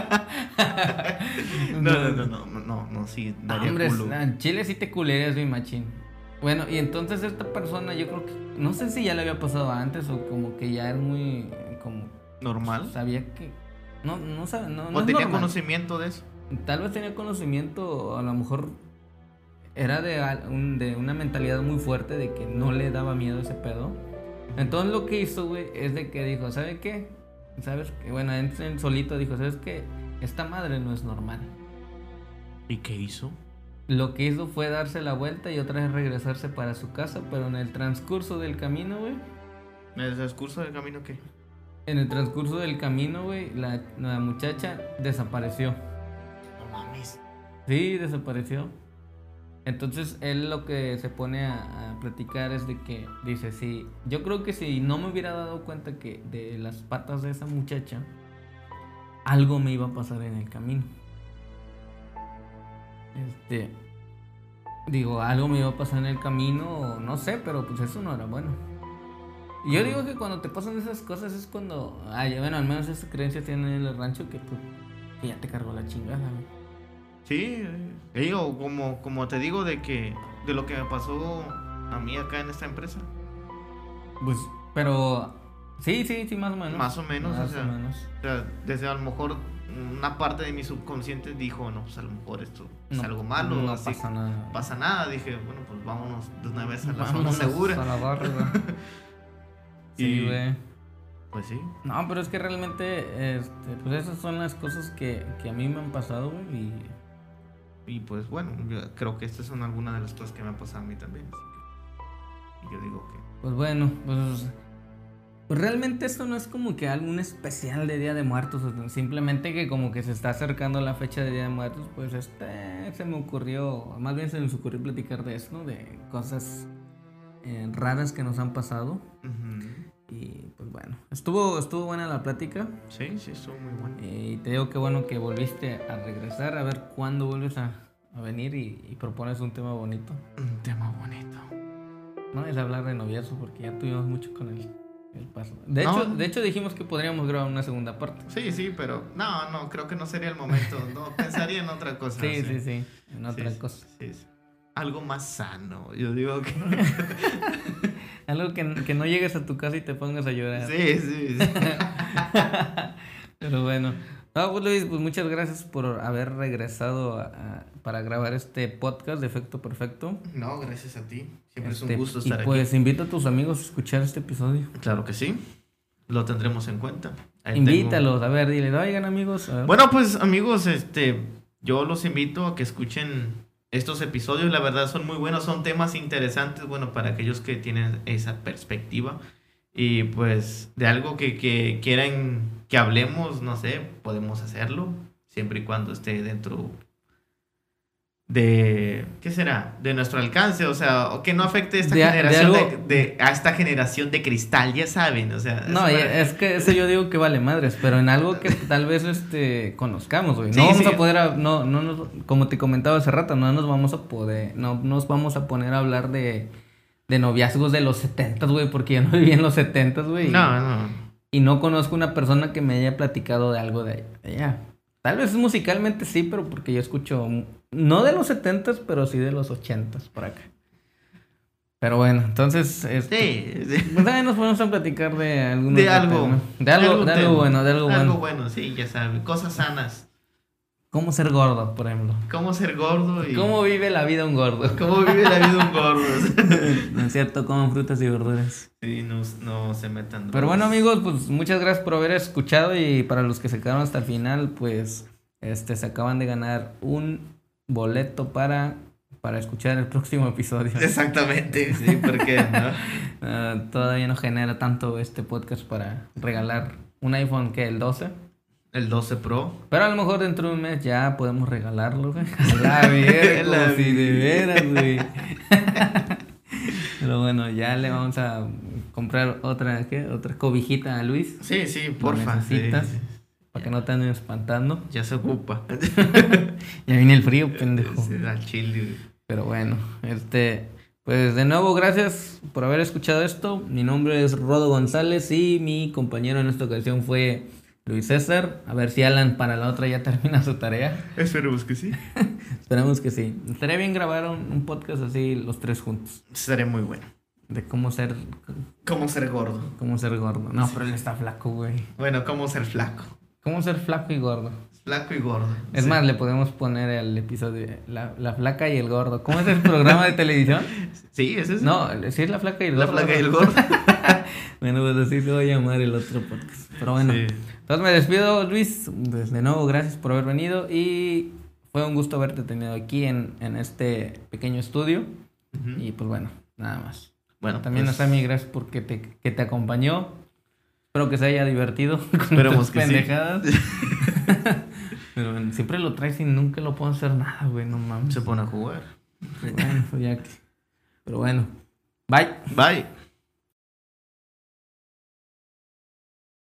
No, no, no, no, no, no, no, sí, daría Hombre, culo. en Chile sí te culerías, mi machín. Bueno, y entonces esta persona, yo creo que... No sé si ya le había pasado antes o como que ya es muy... Como... ¿Normal? Sabía que... No, no sabe, no, no ¿O es tenía normal. conocimiento de eso? Tal vez tenía conocimiento, o a lo mejor era de, al- un- de una mentalidad muy fuerte de que no le daba miedo ese pedo. Entonces lo que hizo, güey, es de que dijo, ¿sabe qué? ¿Sabes qué? Bueno, él él solito dijo, ¿sabes qué? Esta madre no es normal. ¿Y qué hizo? Lo que hizo fue darse la vuelta y otra vez regresarse para su casa, pero en el transcurso del camino, güey, ¿En el transcurso del camino qué? en el transcurso del camino, güey, la, la muchacha desapareció. No mames. Sí, desapareció. Entonces él lo que se pone a, a platicar es de que dice, sí, yo creo que si no me hubiera dado cuenta que de las patas de esa muchacha, algo me iba a pasar en el camino. Este, digo, algo me iba a pasar en el camino, o no sé, pero pues eso no era bueno. Y yo digo que cuando te pasan esas cosas es cuando, ay, bueno, al menos esa creencia tiene en el rancho que pues que ya te cargó la chingada, güey. Sí, eh, digo, como, como te digo de que de lo que me pasó a mí acá en esta empresa. Pues, pero sí, sí, sí, más o menos. Más o menos, Más o sea, o menos. O sea, desde a lo mejor una parte de mi subconsciente dijo, no, pues a lo mejor esto es No, algo malo, no así pasa nada. pasa nada. Dije, bueno, pues vámonos de una vez a la Vámonos zona segura. a la barra. Sí, Y- güey. Pues sí. No, pero es que realmente, este, pues esas son las cosas que, que a mí me han pasado, güey. Y Y pues bueno, yo creo que estas son algunas de las cosas que me han pasado a mí también. Así que, y yo digo que... pues bueno, pues, pues realmente esto no es como que algún especial de Día de Muertos. O sea, simplemente que como que se está acercando la fecha de Día de Muertos, pues este se me ocurrió, más bien se me ocurrió platicar de esto, de cosas eh, raras que nos han pasado. Ujú. Y pues bueno, estuvo, estuvo buena la plática. Sí, sí, estuvo muy bueno. Y te digo que bueno que volviste a regresar, a ver cuándo vuelves a, a venir y, y propones un tema bonito. Un tema bonito. No es hablar de noviazgo porque ya tuvimos mucho con el, el paso. De, No. hecho, de hecho dijimos que podríamos grabar una segunda parte. Sí, sí, pero no, no, creo que no sería el momento. No, pensaría en otra cosa. Sí, sí, sí, en otra Sí, cosa. sí, sí. Algo más sano. Yo digo que... Algo que, que no llegues a tu casa y te pongas a llorar. Sí, sí, sí. Pero bueno. No, pues Luis, pues muchas gracias por haber regresado a- a- para grabar este podcast de Efecto Perfecto. No, gracias a ti. Siempre es Este, un gusto estar y aquí. pues invita a tus amigos a escuchar este episodio. Claro que sí. Lo tendremos en cuenta. Ahí Invítalos, a ver, dile, oigan amigos. a ver". Bueno, pues amigos, este, yo los invito a que escuchen estos episodios. La verdad son muy buenos, son temas interesantes, bueno, para aquellos que tienen esa perspectiva. Y pues de algo que, que quieran que hablemos, no sé, podemos hacerlo, siempre y cuando esté dentro de ¿qué será? De nuestro alcance, o sea, o que no afecte esta De a- de generación de, algo- de- a esta generación de cristal, ya saben, o sea, No, es y para- es que eso yo digo que vale madres, pero en algo que tal vez este conozcamos, güey. No Sí, vamos sí. a poder, a- no, no nos, como te comentaba hace rato, no nos vamos a poder, no nos vamos a poner a hablar de, de noviazgos de los setentas, güey, porque yo no viví en los setentas, güey. No, no. Y no conozco una persona que me haya platicado de algo de allá. Tal vez musicalmente sí, pero porque yo escucho, mu- no de los setentas, pero sí de los ochentas por acá. Pero bueno, entonces, este, Sí, sí. pues ahí nos ponemos a platicar de algún De otro algo, tema. De algo, de algo tema. bueno, de algo, Algo bueno. bueno, sí, ya saben, cosas sanas. ¿Cómo ser gordo, por ejemplo? Cómo ser gordo y ¿Cómo vive la vida un gordo? cómo vive la vida un gordo. No es cierto, coman frutas y verduras. Sí, no, no se metan. Pero drogas. bueno, amigos, pues muchas gracias por haber escuchado y para los que se quedaron hasta el final, pues este se acaban de ganar un boleto para, para escuchar el próximo episodio. Exactamente, sí, porque no. Ah, todavía no genera tanto este podcast para regalar un iPhone que el doce. El doce Pro. Pero a lo mejor dentro de un mes ya podemos regalarlo, güey. A la verga, La como si de veras, güey. Pero bueno, ya le vamos a comprar otra, ¿qué? Otra cobijita a Luis. Sí, sí, Lo porfa. Sí, necesitas sí. para que no te anden espantando. Ya se ocupa. Ya viene el frío, pendejo. Sí, al chile, güey. Pero bueno, este, pues de nuevo gracias por haber escuchado esto. Mi nombre es Rodo González y mi compañero en esta ocasión fue Luis César. A ver si Alan para la otra ya termina su tarea. Esperemos que sí. Esperemos que sí. Estaría bien grabar un, un podcast así los tres juntos. Sería muy bueno. De cómo ser, Cómo ser gordo. cómo ser gordo. No, pero él está flaco, güey. Bueno, cómo ser flaco. Cómo ser flaco y gordo. Flaco y gordo. Es Sí. más, le podemos poner el episodio la, la flaca y el gordo. ¿Cómo es el programa de televisión? Sí, es eso. No, sí es la flaca y el La gordo. flaca y el gordo. Bueno, pues así se va a llamar el otro podcast. Pero bueno, Sí. entonces me despido, Luis. Pues de nuevo, gracias por haber venido y fue un gusto haberte tenido aquí en, en este pequeño estudio. Ujú. Y pues bueno, nada más. Bueno, También pues, a Sammy, gracias porque te, que te acompañó. Espero que se haya divertido con Esperemos tus que sí. pendejadas. Pero bueno, siempre lo traes y nunca lo puedo hacer nada, güey, no mames. se pone a jugar. Bueno, pues ya que- Pero bueno, bye. Bye.